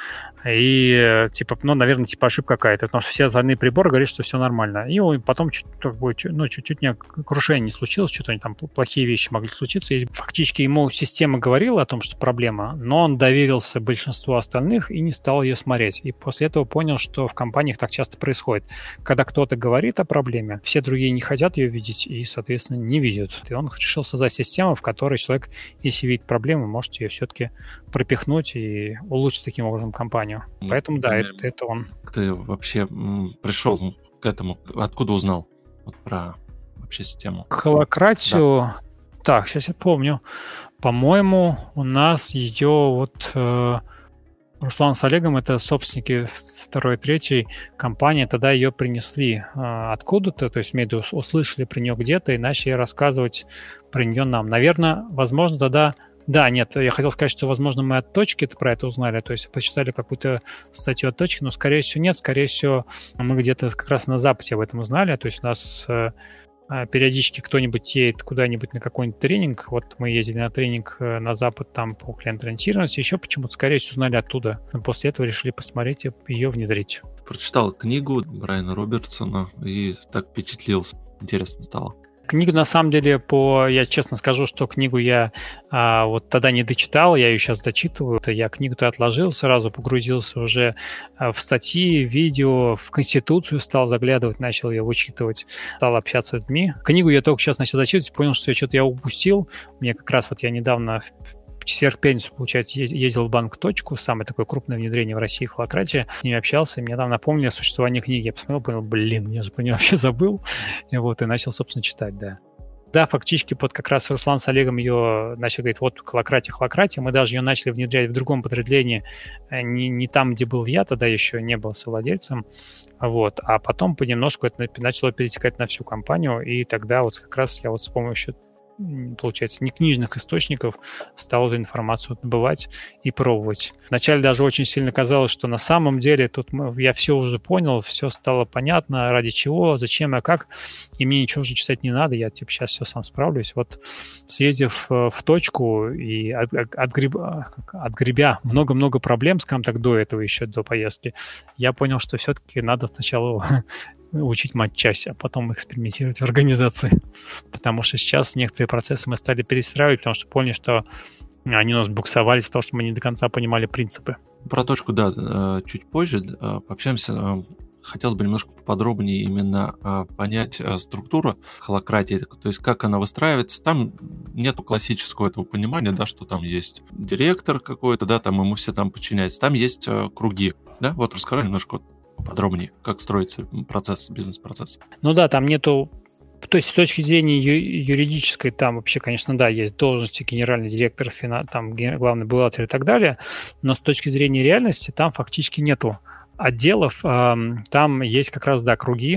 И, типа, ну, наверное, типа ошибка какая-то, потому что все остальные приборы говорят, что все нормально. И потом чуть, ну, чуть-чуть не крушение не случилось, что-то там плохие вещи могли случиться. И фактически ему система говорила о том, что проблема, но он доверился большинству остальных и не стал ее смотреть. И после этого понял, что в компаниях так часто происходит. Когда кто-то говорит о проблеме, все другие не хотят ее видеть и, соответственно, не видят. И он решил создать систему, в которой человек, если видит проблему, может ее все-таки пропихнуть и улучшить таким образом компанию. Поэтому, да, это, это он. Как ты вообще пришел к этому? Откуда узнал вот про вообще систему? Холакратию? Да. Так, сейчас я помню. По-моему, у нас ее вот э, Руслан с Олегом, это собственники второй и третьей компании, тогда ее принесли э, откуда-то, то есть, имею в виду, услышали про нее где-то и начали рассказывать про нее нам. Наверное, возможно, тогда... Да, нет, я хотел сказать, что, возможно, мы от точки про это узнали, то есть почитали какую-то статью от точки, но, скорее всего, нет, скорее всего, мы где-то как раз на Западе об этом узнали, то есть у нас э, периодически кто-нибудь едет куда-нибудь на какой-нибудь тренинг, вот мы ездили на тренинг на Запад там по клиент-ориентированности, еще почему-то, скорее всего, узнали оттуда, но после этого решили посмотреть и ее внедрить. Прочитал книгу Брайана Робертсона и так впечатлился, интересно стало. Книгу, на самом деле, по, я честно скажу, что книгу я а, вот тогда не дочитал, я ее сейчас дочитываю. Я книгу-то отложил, сразу погрузился уже в статьи, видео, в Конституцию стал заглядывать, начал ее вычитывать, стал общаться с людьми. Книгу я только сейчас начал дочитывать, понял, что я что-то я упустил. Мне как раз вот я недавно... В четверг, пятницу, получается, ездил в банк «Точку», самое такое крупное внедрение в России холакратии, с ними общался, и мне там напомнили о существовании книги. Я посмотрел, понял, блин, я же про нее вообще забыл, и вот, и начал, собственно, читать, да. Да, фактически, под как раз Руслан с Олегом ее начал говорить, вот, холакратия, холакратия, мы даже ее начали внедрять в другом подразделении, не, не там, где был я, тогда еще не был совладельцем, вот, а потом понемножку это начало перетекать на всю компанию, и тогда вот как раз я вот с помощью получается, не книжных источников стал эту информацию добывать и пробовать. Вначале даже очень сильно казалось, что на самом деле тут мы, я все уже понял, все стало понятно, ради чего, зачем и как, и мне ничего уже читать не надо, я типа сейчас все сам справлюсь. Вот съездив в точку и от, отгреб, отгребя много-много проблем, скажем так, до этого еще, до поездки, я понял, что все-таки надо сначала учить матчасть, а потом экспериментировать в организации. Потому что сейчас некоторые процессы мы стали перестраивать, потому что поняли, что они у нас буксовали из-за того, что мы не до конца понимали принципы. Про точку, да, чуть позже пообщаемся. Хотелось бы немножко поподробнее именно понять структуру холакратии, то есть как она выстраивается. Там нету классического этого понимания, да, что там есть директор какой-то, да, там ему все там подчиняются. Там есть круги, да, вот расскажи немножко подробнее, как строится процесс, бизнес-процесс. Ну да, там нету... То есть с точки зрения ю- юридической, там вообще, конечно, да, есть должности генеральный директор, фина... там главный бухгалтер и так далее, но с точки зрения реальности там фактически нету отделов, там есть как раз, да, круги,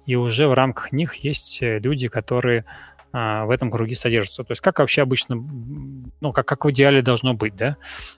и уже в рамках них есть люди, которые в этом круге содержатся. То есть как вообще обычно, ну, как, как в идеале должно быть, да?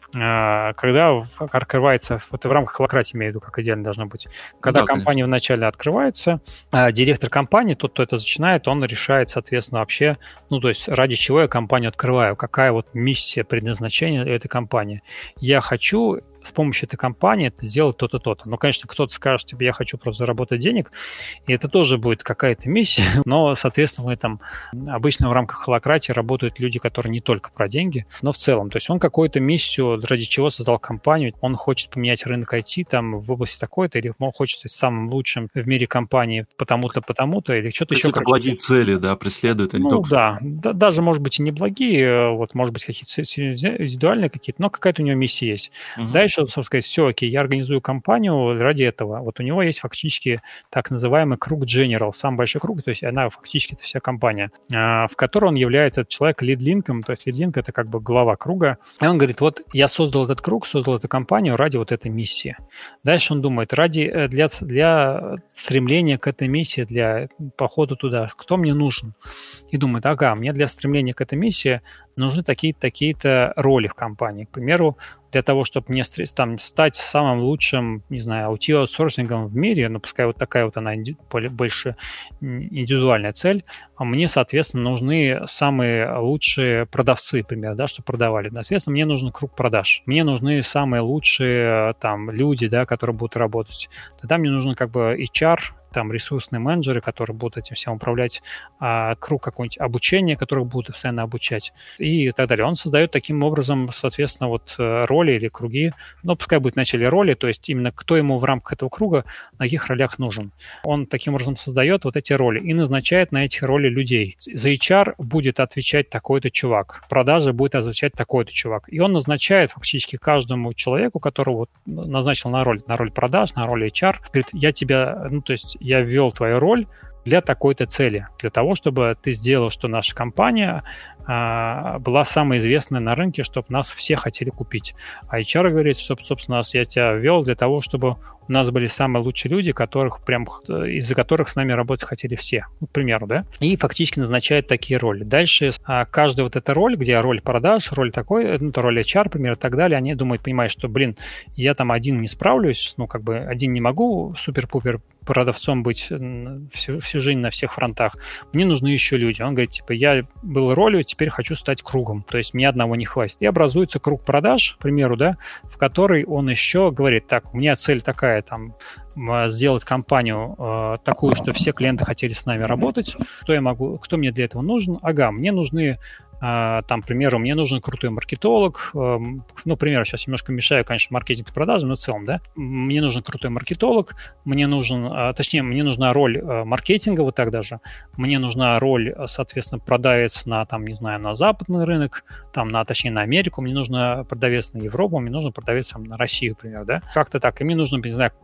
Когда открывается, вот в рамках холакратии имею в виду, как идеально должно быть, когда да, компания конечно. Вначале открывается, директор компании, тот, кто это начинает, он решает, соответственно, вообще, ну, то есть ради чего я компанию открываю, какая вот миссия, предназначение этой компании. Я хочу с помощью этой компании это сделать то-то, то-то. Но, конечно, кто-то скажет тебе, я хочу просто заработать денег, и это тоже будет какая-то миссия, но, соответственно, в этом обычно в рамках холакратии работают люди, которые не только про деньги, но в целом. То есть он какую-то миссию, ради чего создал компанию, он хочет поменять рынок ай ти там в области такой-то, или он хочет стать самым лучшим в мире компании потому-то, потому-то, или что-то еще. Какие-то благие цели, да, преследуют. Ну, только... да, да, даже, может быть, и не благие, вот, может быть, какие-то индивидуальные какие-то, но какая-то у него миссия есть. Угу. Дальше, собственно сказать, все, окей, я организую компанию ради этого. Вот у него есть фактически так называемый круг General, самый большой круг, то есть она фактически это вся компания, в которой он является, этот человек, лидлинком, то есть лидлинк это как бы глава круга. И он говорит, вот я создал этот круг, создал эту компанию ради вот этой миссии. Дальше он думает, ради, для, для стремления к этой миссии, для похода туда, кто мне нужен? И думает, ага, мне для стремления к этой миссии нужны такие-то, такие-то роли в компании. К примеру, для того, чтобы мне там, стать самым лучшим, не знаю, ай ти-аутсорсингом в мире, ну, пускай вот такая вот она больше индивидуальная цель, а мне, соответственно, нужны самые лучшие продавцы, например, да, чтобы продавали. Соответственно, мне нужен круг продаж. Мне нужны самые лучшие там люди, да, которые будут работать. Тогда мне нужен как бы эйч ар, там ресурсные менеджеры, которые будут этим всем управлять, а, круг какой-нибудь обучения, которых будут постоянно обучать и так далее. Он создает таким образом, соответственно, вот роли или круги, ну, пускай будет вначале роли, то есть именно кто ему в рамках этого круга, на каких ролях нужен. Он таким образом создает вот эти роли и назначает на эти роли людей. За эйч ар будет отвечать такой-то чувак, продажи будет отвечать такой-то чувак. И он назначает фактически каждому человеку, которого вот назначил на роль, на роль продаж, на роль эйч ар, говорит, я тебя, ну, то есть я ввел твою роль для такой-то цели, для того, чтобы ты сделал, что наша компания а, была самая известная на рынке, чтобы нас все хотели купить. А эйч ар говорит, что, собственно, я тебя ввел для того, чтобы у нас были самые лучшие люди, которых прям, из-за которых с нами работать хотели все, к примеру, да, и фактически назначает такие роли. Дальше а, каждая вот эта роль, где роль продаж, роль такой, ну, роль эйч ар, например, и так далее, они думают, понимают, что, блин, я там один не справлюсь, ну, как бы один не могу супер-пупер продавцом быть всю, всю жизнь на всех фронтах. Мне нужны еще люди. Он говорит, типа, я был ролью, теперь хочу стать кругом. То есть мне одного не хватит. И образуется круг продаж, к примеру, да, в который он еще говорит, так, у меня цель такая, там, сделать компанию э, такую, что все клиенты хотели с нами работать. Что я могу, кто мне для этого нужен? Ага, мне нужны там, к примеру, мне нужен крутой маркетолог, ну, к примеру, сейчас немножко мешаю, конечно, маркетинг с продажами, но в целом, да, мне нужен крутой маркетолог, мне нужен, точнее, мне нужна роль маркетинга, вот так даже, мне нужна роль, соответственно, продавец на, там, не знаю, на западный рынок, там, на, точнее, на Америку, мне нужно продавец на Европу, мне нужен продавец там, на Россию, например, да, как-то так, и мне нужен, не знаю,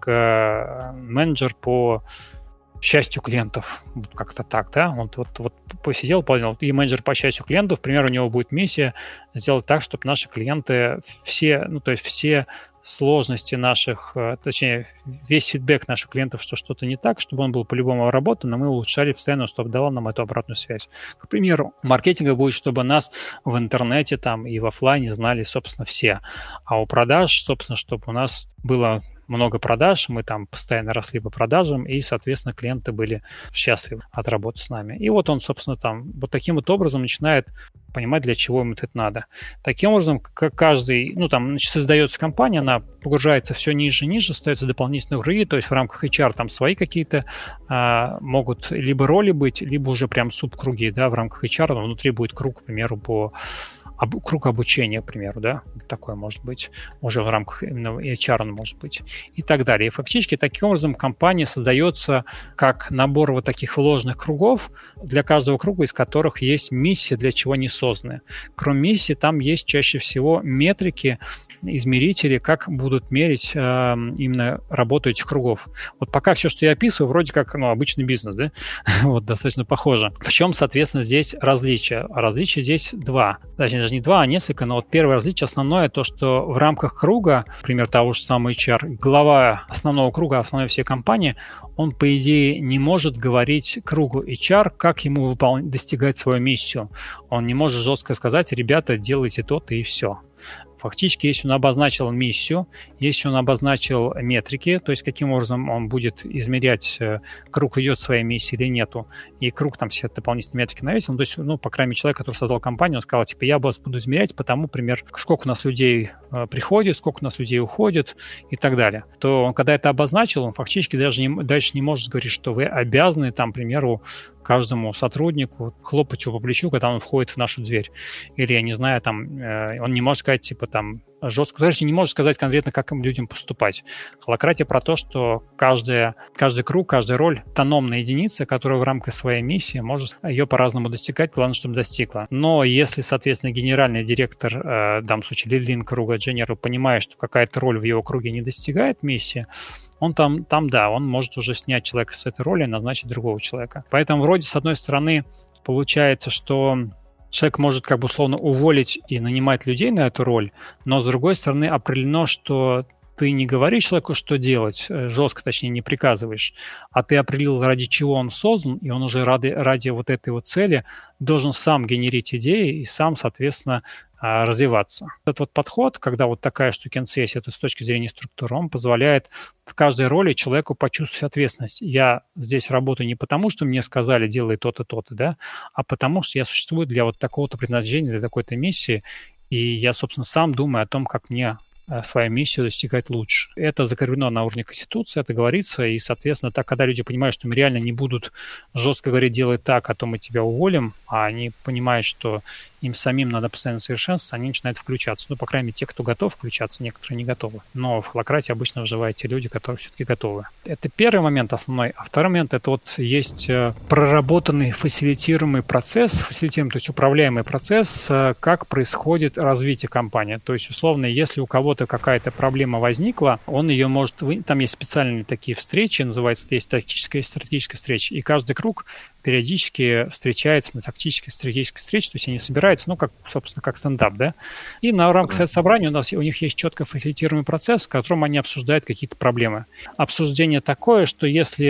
менеджер по счастью клиентов, как-то так, да, он вот, вот посидел, понял, и менеджер по счастью клиентов, например, у него будет миссия сделать так, чтобы наши клиенты все, ну, то есть все сложности наших, точнее, весь фидбэк наших клиентов, что что-то не так, чтобы он был по-любому обработан, но мы улучшали постоянно, чтобы давал нам эту обратную связь. К примеру, маркетинга будет, чтобы нас в интернете там и в офлайне знали, собственно, все, а у продаж, собственно, чтобы у нас было много продаж, мы там постоянно росли по продажам, и, соответственно, клиенты были счастливы от работы с нами. И вот он, собственно, там вот таким вот образом начинает понимать, для чего ему это надо. Таким образом, как каждый, ну, там, значит, создается компания, она погружается все ниже и ниже, остаются дополнительные круги, то есть в рамках эйч ар там свои какие-то а, могут либо роли быть, либо уже прям субкруги, да, в рамках эйч ар, внутри будет круг, к примеру, по Об, круг обучения, к примеру, да, такое может быть, уже в рамках именно эйч ар он может быть, и так далее. И фактически таким образом компания создается как набор вот таких вложенных кругов, для каждого круга из которых есть миссия, для чего они созданы. Кроме миссии, там есть чаще всего метрики, измерители, как будут мерить э, именно работу этих кругов. Вот пока все, что я описываю, вроде как, ну, обычный бизнес, да, вот, достаточно похоже. В чем, соответственно, здесь различие? Различие здесь два. Точнее, даже не два, а несколько, но вот первое различие основное то, что в рамках круга, например, того же самого эйч ар, глава основного круга, основной всей компании, он, по идее, не может говорить кругу эйч ар, как ему выпол... достигать свою миссию. Он не может жестко сказать: ребята, делайте то-то и все. Фактически, если он обозначил миссию, если он обозначил метрики, то есть каким образом он будет измерять, круг идет своей миссии или нету, и круг там все дополнительные метрики навесил, ну, то есть, ну, по крайней мере, человек, который создал компанию, он сказал, типа, я вас буду измерять по тому, например, сколько у нас людей э, приходит, сколько у нас людей уходит и так далее. То он, когда это обозначил, он фактически даже не, дальше не может говорить, что вы обязаны, там, к примеру, каждому сотруднику хлопать его по плечу, когда он входит в нашу дверь. Или, я не знаю, там, э, он не может сказать, типа, там, жестко, точнее, не может сказать конкретно, как им людям поступать. Холократия про то, что каждая, каждый круг, каждая роль — автономная единица, которая в рамках своей миссии может ее по-разному достигать, главное, чтобы достигла. Но если, соответственно, генеральный директор, э, в данном случае лидин круга, General, понимает, что какая-то роль в его круге не достигает миссии, он там, там, да, он может уже снять человека с этой роли и назначить другого человека. Поэтому вроде, с одной стороны, получается, что человек может как бы условно уволить и нанимать людей на эту роль, но с другой стороны определено, что ты не говоришь человеку, что делать, жестко, точнее, не приказываешь, а ты определил, ради чего он создан, и он уже ради, ради вот этой вот цели должен сам генерить идеи и сам, соответственно, развиваться. Этот вот подход, когда вот такая штукенция есть, это с точки зрения структуры, он позволяет в каждой роли человеку почувствовать ответственность. Я здесь работаю не потому, что мне сказали, делай то-то, то-то, да, а потому что я существую для вот такого-то предназначения, для такой-то миссии, и я, собственно, сам думаю о том, как мне свою миссию достигать лучше. Это закреплено на уровне Конституции, это говорится, и, соответственно, так, когда люди понимают, что им реально не будут жестко говорить, делай так, а то мы тебя уволим, а они понимают, что им самим надо постоянно совершенствоваться, они начинают включаться. Ну, по крайней мере, те, кто готов включаться, некоторые не готовы. Но в холократии обычно выживают те люди, которые все-таки готовы. Это первый момент основной. А второй момент — это вот есть проработанный фасилитируемый процесс, фасилитируемый, то есть управляемый процесс, как происходит развитие компании. То есть, условно, если у кого-то какая-то проблема возникла, он ее может... Там есть специальные такие встречи, называется, есть тактическая и стратегическая встреча, и каждый круг периодически встречается на тактической, стратегической встрече, то есть они собираются, ну, как, собственно, как стендап, да, и на рамках этого собрания у нас у них есть четко фасилитируемый процесс, в котором они обсуждают какие-то проблемы. Обсуждение такое, что если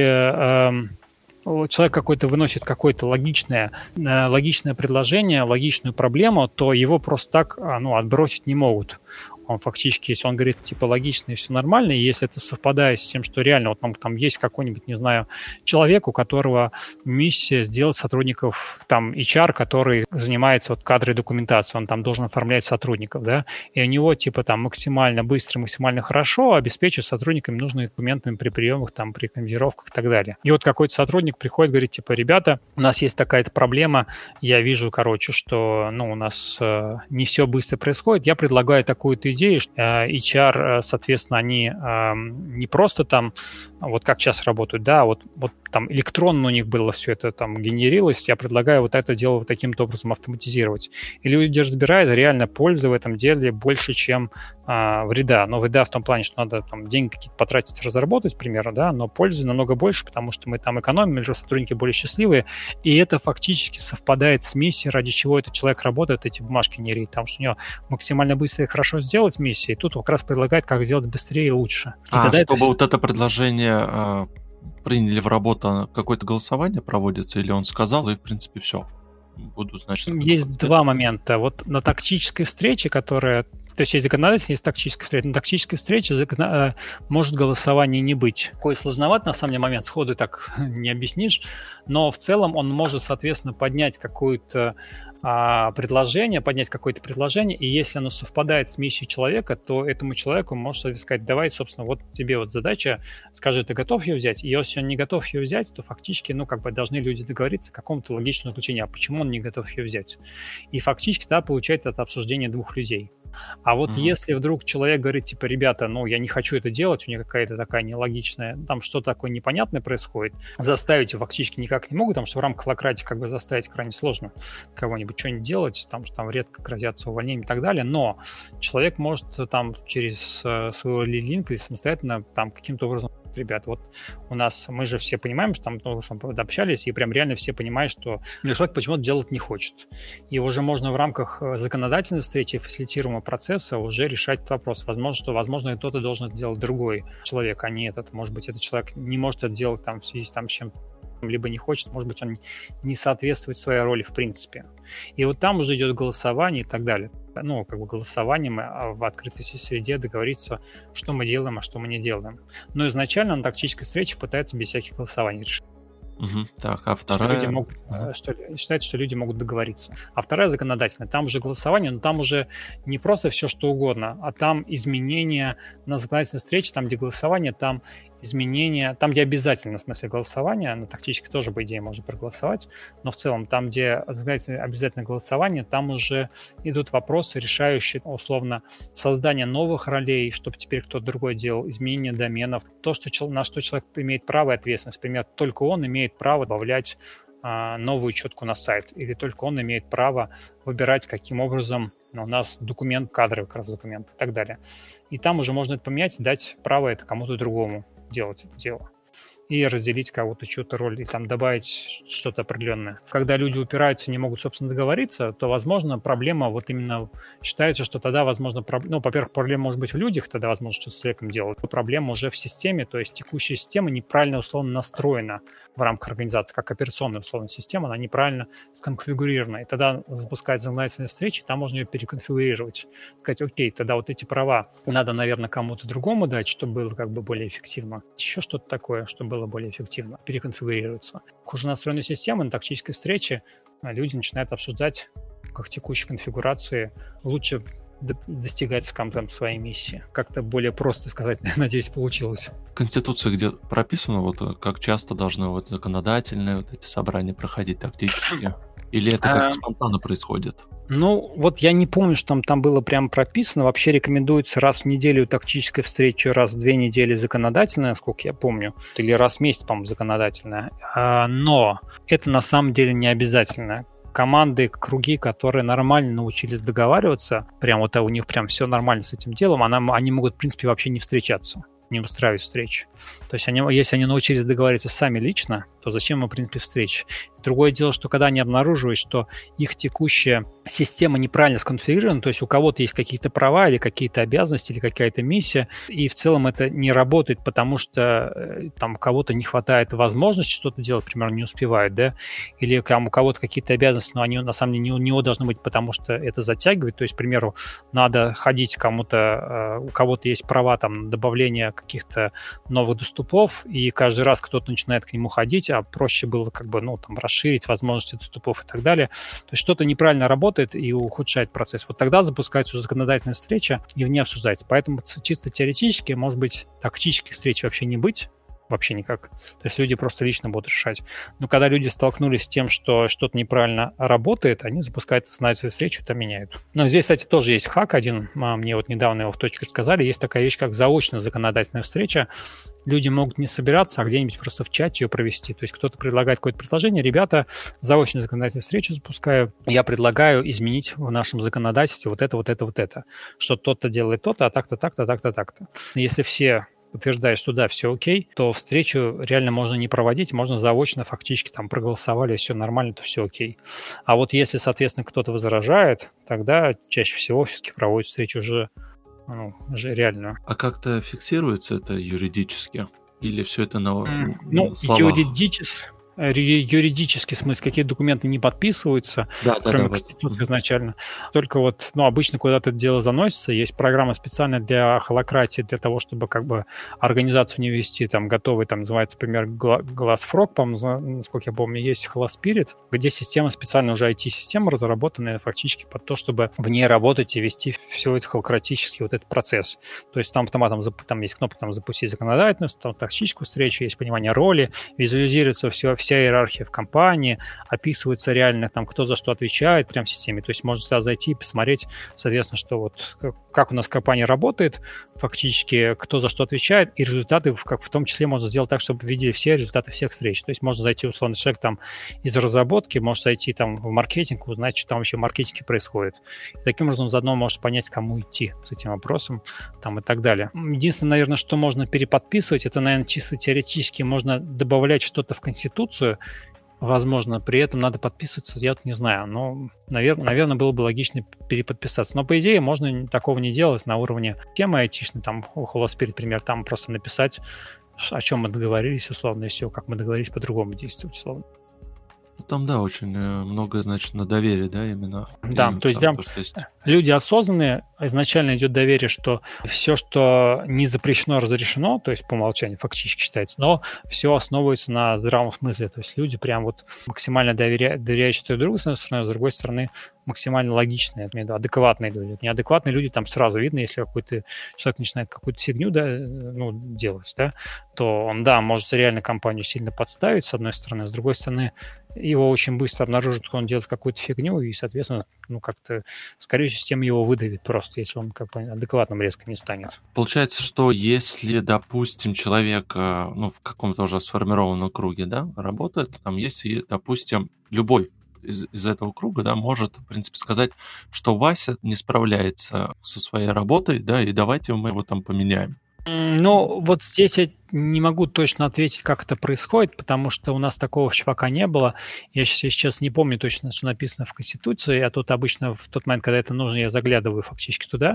э, человек какой-то выносит какое-то логичное, э, логичное предложение, логичную проблему, то его просто так, ну, отбросить не могут. Он фактически, если он говорит, типа, логично и все нормально, и если это совпадает с тем, что реально вот там, там есть какой-нибудь, не знаю, человек, у которого миссия сделать сотрудников, там, эйч ар, который занимается вот кадрой документацией, он там должен оформлять сотрудников, да, и у него, типа, там, максимально быстро, максимально хорошо обеспечить сотрудникам нужными документами при приемах, там, при командировках и так далее. И вот какой-то сотрудник приходит, говорит, типа, ребята, у нас есть такая-то проблема, я вижу, короче, что, ну, у нас э, не все быстро происходит, я предлагаю такую-то идею, идеи, что эйч ар, соответственно, они э, не просто там, вот как сейчас работают, да, вот, вот там электронно у них было все это там генерилось, я предлагаю вот это дело вот таким-то образом автоматизировать. И люди разбирают, реально пользы в этом деле больше, чем э, вреда. Но вреда в том плане, что надо там деньги какие-то потратить, разработать, примерно, да, но пользы намного больше, потому что мы там экономим, или сотрудники более счастливые, и это фактически совпадает с миссией, ради чего этот человек работает, эти бумажки генерит, потому что у него максимально быстро и хорошо сделать миссии, и тут он как раз предлагает, как сделать быстрее и лучше. И а, чтобы это... вот это предложение э, приняли в работу, какое-то голосование проводится, или он сказал, и, в принципе, все. Буду, значит... Есть два момента. Вот на тактической встрече, которая... То есть есть законодательство, есть тактическая встреча. На тактической встрече закон... может голосования не быть. Такой сложноват, на самом деле, момент. Сходу так не объяснишь. Но в целом он может, соответственно, поднять какую-то а, предложение, поднять какое-то предложение, и если оно совпадает с миссией человека, то этому человеку можно сказать, давай, собственно, вот тебе вот задача, скажи, ты готов ее взять? И если он не готов ее взять, то фактически, ну, как бы должны люди договориться о каком-то логичном заключении, а почему он не готов ее взять? И фактически, да, получается это обсуждение двух людей. А вот mm-hmm. если вдруг человек говорит, типа, ребята, ну, я не хочу это делать, у меня какая-то такая нелогичная, там что-то такое непонятное происходит, заставить его фактически никак не могут, потому что в рамках холократии как бы заставить крайне сложно кого-нибудь что-нибудь делать, потому что там редко грозятся увольнением и так далее, но человек может там через своего лидинга или самостоятельно там каким-то образом ребят, вот у нас, мы же все понимаем, что там ну, общались, и прям реально все понимают, что человек почему-то делать не хочет. И уже можно в рамках законодательной встречи, фасилитируемого процесса уже решать этот вопрос. Возможно, что, возможно, кто-то должен это делать другой человек, а не этот. Может быть, этот человек не может это делать там, в связи с, там, с чем-то, либо не хочет, может быть, он не соответствует своей роли в принципе. И вот там уже идет голосование и так далее. Ну, как бы голосованием в открытой среде договориться, что мы делаем, а что мы не делаем. Но изначально на тактической встрече пытается без всяких голосований решить. Угу. Так, а вторая... Что люди могут, uh-huh. что, считается, что люди могут договориться. А вторая законодательная. Там уже голосование, но там уже не просто все, что угодно, а там изменения на законодательной встрече, там, где голосование, там изменения, там, где обязательно, в смысле, голосование, на тактически тоже, по идее, можно проголосовать, но в целом, там, где обязательно голосование, там уже идут вопросы, решающие, условно, создание новых ролей, чтобы теперь кто-то другой делал, изменение доменов, то, что, на что человек имеет право и ответственность. Например, только он имеет право добавлять а, новую учетку на сайт, или только он имеет право выбирать, каким образом у нас документ, кадровый как раз документ и так далее. И там уже можно это поменять и дать право это кому-то другому делать это дело. И разделить кого-то чью-то роль, и там добавить что-то определенное. Когда люди упираются и не могут, собственно, договориться, то, возможно, проблема вот именно считается, что тогда, возможно, проб... ну, во-первых, проблема может быть в людях, тогда, возможно, что с человеком делать. Проблема уже в системе, то есть текущая система неправильно, условно, настроена в рамках организации, как операционная, условно, система, она неправильно сконфигурирована. И тогда запускать законодательные встречи, там можно ее переконфигурировать. Сказать, окей, тогда вот эти права надо, наверное, кому-то другому дать, чтобы было как бы более эффективно. Еще что-то такое, чтобы было более эффективно переконфигурируется. Хуже настроенной системы на тактической встрече люди начинают обсуждать, как в текущей конфигурации лучше достигать контент своей миссии. Как-то более просто сказать, надеюсь, получилось. Конституция, где прописано, вот как часто должны вот законодательные вот эти собрания проходить тактически? Или это как спонтанно происходит? Ну, вот я не помню, что там, там было прямо прописано. Вообще рекомендуется раз в неделю тактическая встреча, раз в две недели законодательная, насколько я помню. Или раз в месяц, по-моему, законодательная. А, но это на самом деле не обязательно. Команды, круги, которые нормально научились договариваться, прям вот а у них прям все нормально с этим делом, она, они могут, в принципе, вообще не встречаться, не устраивать встречи. То есть они, если они научились договариваться сами лично, то зачем им, в принципе, встречи? Другое дело, что когда они обнаруживают, что их текущая система неправильно сконфигурирована, то есть у кого-то есть какие-то права или какие-то обязанности, или какая-то миссия, и в целом это не работает, потому что там у кого-то не хватает возможности что-то делать, например, не успевают, да, или там у кого-то какие-то обязанности, но они на самом деле не у него должны быть, потому что это затягивает, то есть, к примеру, надо ходить кому-то, у кого-то есть права там на добавление каких-то новых доступов, и каждый раз кто-то начинает к нему ходить, а проще было как бы, ну, там, расширить возможности доступов и так далее. То есть что-то неправильно работает и ухудшает процесс. Вот тогда запускается уже законодательная встреча и в ней обсуждается. Поэтому чисто теоретически, может быть, тактических встреч вообще не быть, вообще никак. То есть люди просто лично будут решать. Но когда люди столкнулись с тем, что что-то неправильно работает, они запускают законодательную встречу, это меняют. Но здесь, кстати, тоже есть хак один. Мне вот недавно его в точке сказали. Есть такая вещь, как заочная законодательная встреча. Люди могут не собираться, а где-нибудь просто в чате ее провести. То есть кто-то предлагает какое-то предложение. Ребята, заочную законодательную встречу запускаю. Я предлагаю изменить в нашем законодательстве вот это, вот это, вот это. Что тот-то делает то-то, а так-то, так-то, так-то, так-то. Если все утверждает, что да, все окей, то встречу реально можно не проводить, можно заочно фактически там проголосовали, все нормально, то все окей. А вот если, соответственно, кто-то возражает, тогда чаще всего все-таки проводят встречу уже, ну, уже реальную. А как-то фиксируется это юридически? Или все это на, mm, ну, словах? Юридически. Юридически, в смысле, какие документы не подписываются, да, кроме да, да, Конституции вот. изначально. Только вот, ну, обычно куда-то это дело заносится. Есть программа специальная для холократии, для того, чтобы как бы организацию не вести, там, готовый, там, называется, например, Glassfrog, по-моему, насколько я помню, есть HoloSpirit, где система специально уже ай ти-система разработанная фактически под то, чтобы в ней работать и вести все это холократический вот этот процесс. То есть там автоматом, там есть кнопка там запустить законодательную, там тактическую встречу, есть понимание роли, визуализируется все, все вся иерархия в компании, описывается реально, там, кто за что отвечает прямо в системе. То есть можно сюда зайти и посмотреть, соответственно, что вот как у нас компания работает, фактически кто за что отвечает, и результаты, как в том числе можно сделать так, чтобы видели все результаты всех встреч. То есть можно зайти, условно, человек там из разработки, может зайти там в маркетинг, узнать, что там вообще в маркетинге происходит. И таким образом заодно может понять, кому идти с этим вопросом там, и так далее. Единственное, наверное, что можно переподписывать, это, наверное, чисто теоретически можно добавлять что-то в Конституцию, возможно, при этом надо подписываться, я вот не знаю, но, наверное, наверное, было бы логично переподписаться. Но, по идее, можно такого не делать на уровне темы айтишной, там, Holospirit, например, там просто написать, о чем мы договорились, условно, и все, как мы договорились по-другому действовать, условно. Там, да, очень много, значит, на доверие, да, именно. Да, именно то есть, там, да, то, что есть... люди осознанные, изначально идет доверие, что все, что не запрещено, разрешено, то есть по умолчанию фактически считается, но все основывается на здравом смысле, то есть люди прям вот максимально доверяют, доверяют друг другу, с одной стороны, с другой стороны, максимально логичные, я имею в виду, адекватные люди. Неадекватные люди, там сразу видно, если какой-то человек начинает какую-то фигню, да, ну, делать, да, то он, да, может реально компанию сильно подставить, с одной стороны, с другой стороны, его очень быстро обнаружат, что он делает какую-то фигню, и, соответственно, ну, как-то, скорее всего, система его выдавит просто, если он как бы адекватным резко не станет. Получается, что если, допустим, человек, ну, в каком-то уже сформированном круге, да, работает, там есть, допустим, любой из, из этого круга, да, может, в принципе, сказать, что Вася не справляется со своей работой, да, и давайте мы его там поменяем. Ну, вот здесь я не могу точно ответить, как это происходит, потому что у нас такого чувака не было. Я сейчас, я сейчас не помню точно, что написано в Конституции, а тут обычно в тот момент, когда это нужно, я заглядываю фактически туда.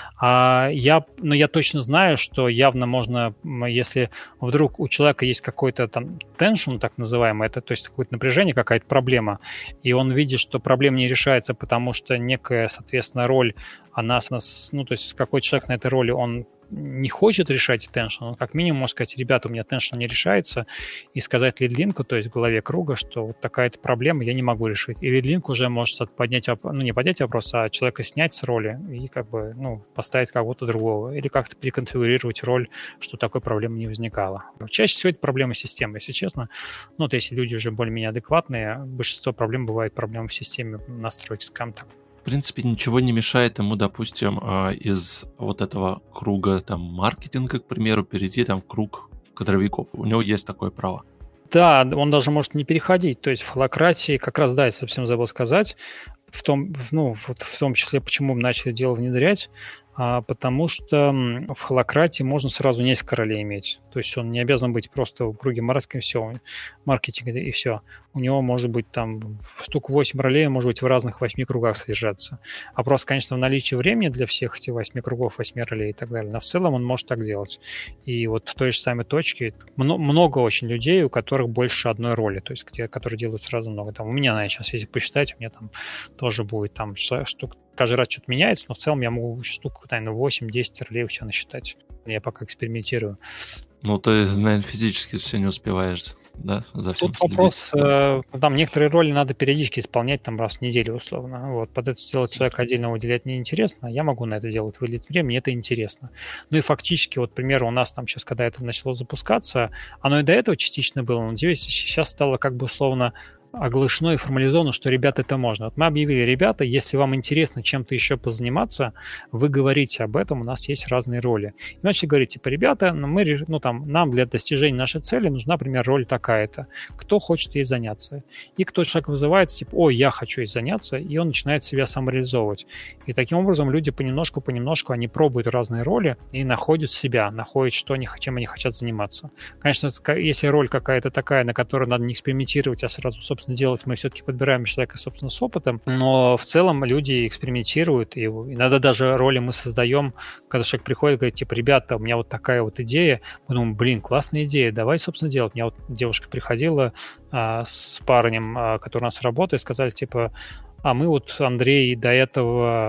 А я, но я точно знаю, что явно можно, если вдруг у человека есть какой-то там tension, так называемый, это, то есть какое-то напряжение, какая-то проблема, и он видит, что проблема не решается, потому что некая, соответственно, роль, она, ну, то есть какой-то человек на этой роли, он не хочет решать теншн, он как минимум может сказать, ребята, у меня теншн не решается, и сказать лидлинку, то есть в голове круга, что вот такая-то проблема, я не могу решить. И лидлинк уже может поднять, ну не поднять вопрос, а человека снять с роли и как бы, ну, поставить кого-то другого, или как-то переконфигурировать роль, что такой проблемы не возникало. Чаще всего это проблема системы, если честно. Ну, то есть люди уже более-менее адекватные, большинство проблем бывает проблемы в системе настройки скамта. В принципе, ничего не мешает ему, допустим, из вот этого круга там маркетинга, к примеру, перейти там в круг кадровиков. У него есть такое право. Да, он даже может не переходить. То есть в холакратии, как раз, да, я совсем забыл сказать, в том, ну, вот в том числе, почему мы начали дело внедрять, а, потому что в холакратии можно сразу несколько ролей иметь. То есть он не обязан быть просто в круге маркетинга, все, маркетинга и все. У него может быть там штук восемь ролей, может быть в разных восьми кругах содержаться. А просто, конечно, в наличии времени для всех этих восьми кругов, восьми ролей и так далее. Но в целом он может так делать. И вот в той же самой точке много очень людей, у которых больше одной роли, то есть где, которые делают сразу много. Там у меня, наверное, сейчас, если посчитать, у меня там тоже будет там штук, каждый раз что-то меняется, но в целом я могу штук, наверное, восемь-десять ролей у себя насчитать. Я пока экспериментирую. Ну, ты, наверное, физически все не успеваешь, да, за всем Тут следить. вопрос, э, там некоторые роли надо периодически исполнять, там раз в неделю условно. Вот, под это дело человека отдельно выделять неинтересно, а я могу на это делать выделить время, мне это интересно. Ну и фактически, вот, к примеру, у нас там сейчас, когда это начало запускаться, оно и до этого частично было, но сейчас стало как бы условно оглашено и формализовано, что, ребята, это можно. Вот мы объявили, ребята, если вам интересно чем-то еще позаниматься, вы говорите об этом, у нас есть разные роли. И начали говорить, типа, ребята, ну, мы, ну, там, нам для достижения нашей цели нужна, например, роль такая-то. Кто хочет ей заняться? И кто человек вызывается, типа, ой, я хочу ей заняться, и он начинает себя самореализовывать. И таким образом люди понемножку-понемножку, они пробуют разные роли и находят себя, находят, что они, чем они хотят заниматься. Конечно, если роль какая-то такая, на которой надо не экспериментировать, а сразу, собственно, делать, мы все-таки подбираем человека, собственно, с опытом, но в целом люди экспериментируют, и иногда даже роли мы создаем, когда человек приходит и говорит, типа, ребята, у меня вот такая вот идея, мы думаем, блин, классная идея, давай, собственно, делать. У меня вот девушка приходила а, с парнем, а, который у нас работает, сказали, типа, а мы вот, Андрей, до этого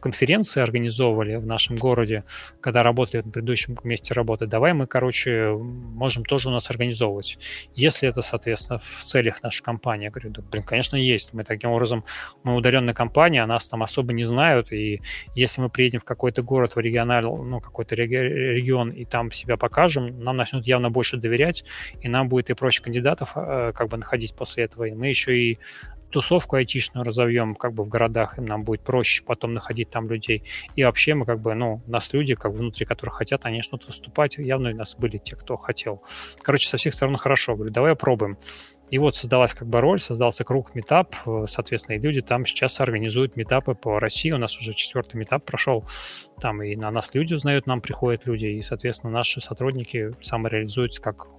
конференции организовывали в нашем городе, когда работали на предыдущем месте работы, давай мы, короче, можем тоже у нас организовывать. Если это, соответственно, в целях нашей компании. Я говорю, да, блин, конечно, есть. Мы таким образом, мы удаленная компания, а нас там особо не знают, и если мы приедем в какой-то город, в региональ, ну, какой-то регион, и там себя покажем, нам начнут явно больше доверять, и нам будет и проще кандидатов как бы находить после этого. И мы еще и тусовку айтишную разовьем как бы в городах, и нам будет проще потом находить там людей. И вообще мы как бы, ну, у нас люди, как бы внутри которых хотят, они начнут выступать. Явно у нас были те, кто хотел. Короче, со всех сторон хорошо. Говорю, давай попробуем. И вот создалась как бы роль, создался круг метап, соответственно, и люди там сейчас организуют метапы по России. У нас уже четвертый метап прошел. Там и на нас люди узнают, нам приходят люди, и, соответственно, наши сотрудники самореализуются как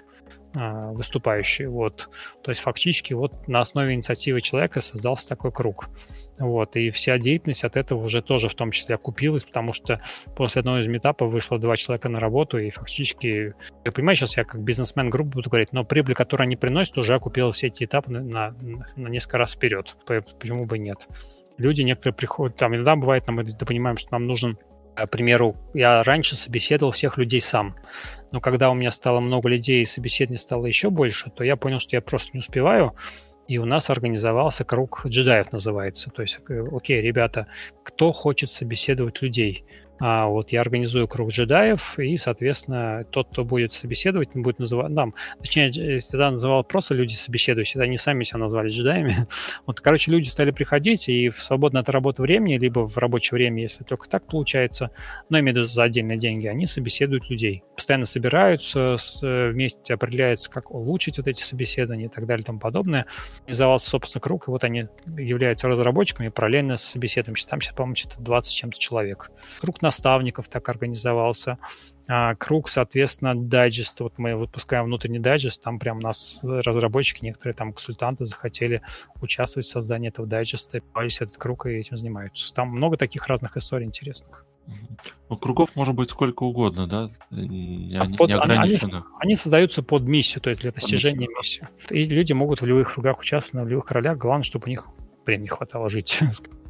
выступающие. Вот. То есть фактически вот на основе инициативы человека создался такой круг. Вот. И вся деятельность от этого уже тоже в том числе окупилась, потому что после одного из метапов вышло два человека на работу, и фактически, я понимаю, сейчас я как бизнесмен группы буду говорить, но прибыль, которую они приносят, уже окупила все эти этапы на, на, на несколько раз вперед. Почему бы и нет? Люди некоторые приходят, там иногда бывает, мы понимаем, что нам нужен, к примеру, я раньше собеседовал всех людей сам. Но когда у меня стало много людей и собеседований стало еще больше, то я понял, что я просто не успеваю, и у нас организовался круг джедаев, называется. То есть, окей, ребята, кто хочет собеседовать людей? А вот я организую круг джедаев, и, соответственно, тот, кто будет собеседовать, будет называть нам, точнее, всегда называл просто люди собеседующие, они сами себя назвали джедаями. Вот, короче, люди стали приходить, и в свободное от работы времени, либо в рабочее время, если только так получается, но имею в виду за отдельные деньги, они собеседуют людей. Постоянно собираются, вместе определяются, как улучшить вот эти собеседования и так далее и тому подобное. Организовался, собственно, круг, и вот они являются разработчиками, параллельно с собеседуем. Там сейчас, по-моему, что-то двадцать с чем-то человек. Круг наставников так организовался. А, круг, соответственно, дайджест. Вот мы выпускаем внутренний дайджест, там прям у нас разработчики, некоторые там консультанты захотели участвовать в создании этого дайджеста, попались в этот круг и этим занимаются. Там много таких разных историй интересных. Ну, кругов может быть сколько угодно, да? Не, а под, не ограничено. Они, они создаются под миссию, то есть для достижения миссии. И люди могут в любых кругах участвовать, в любых ролях. Главное, чтобы у них времени хватало жить.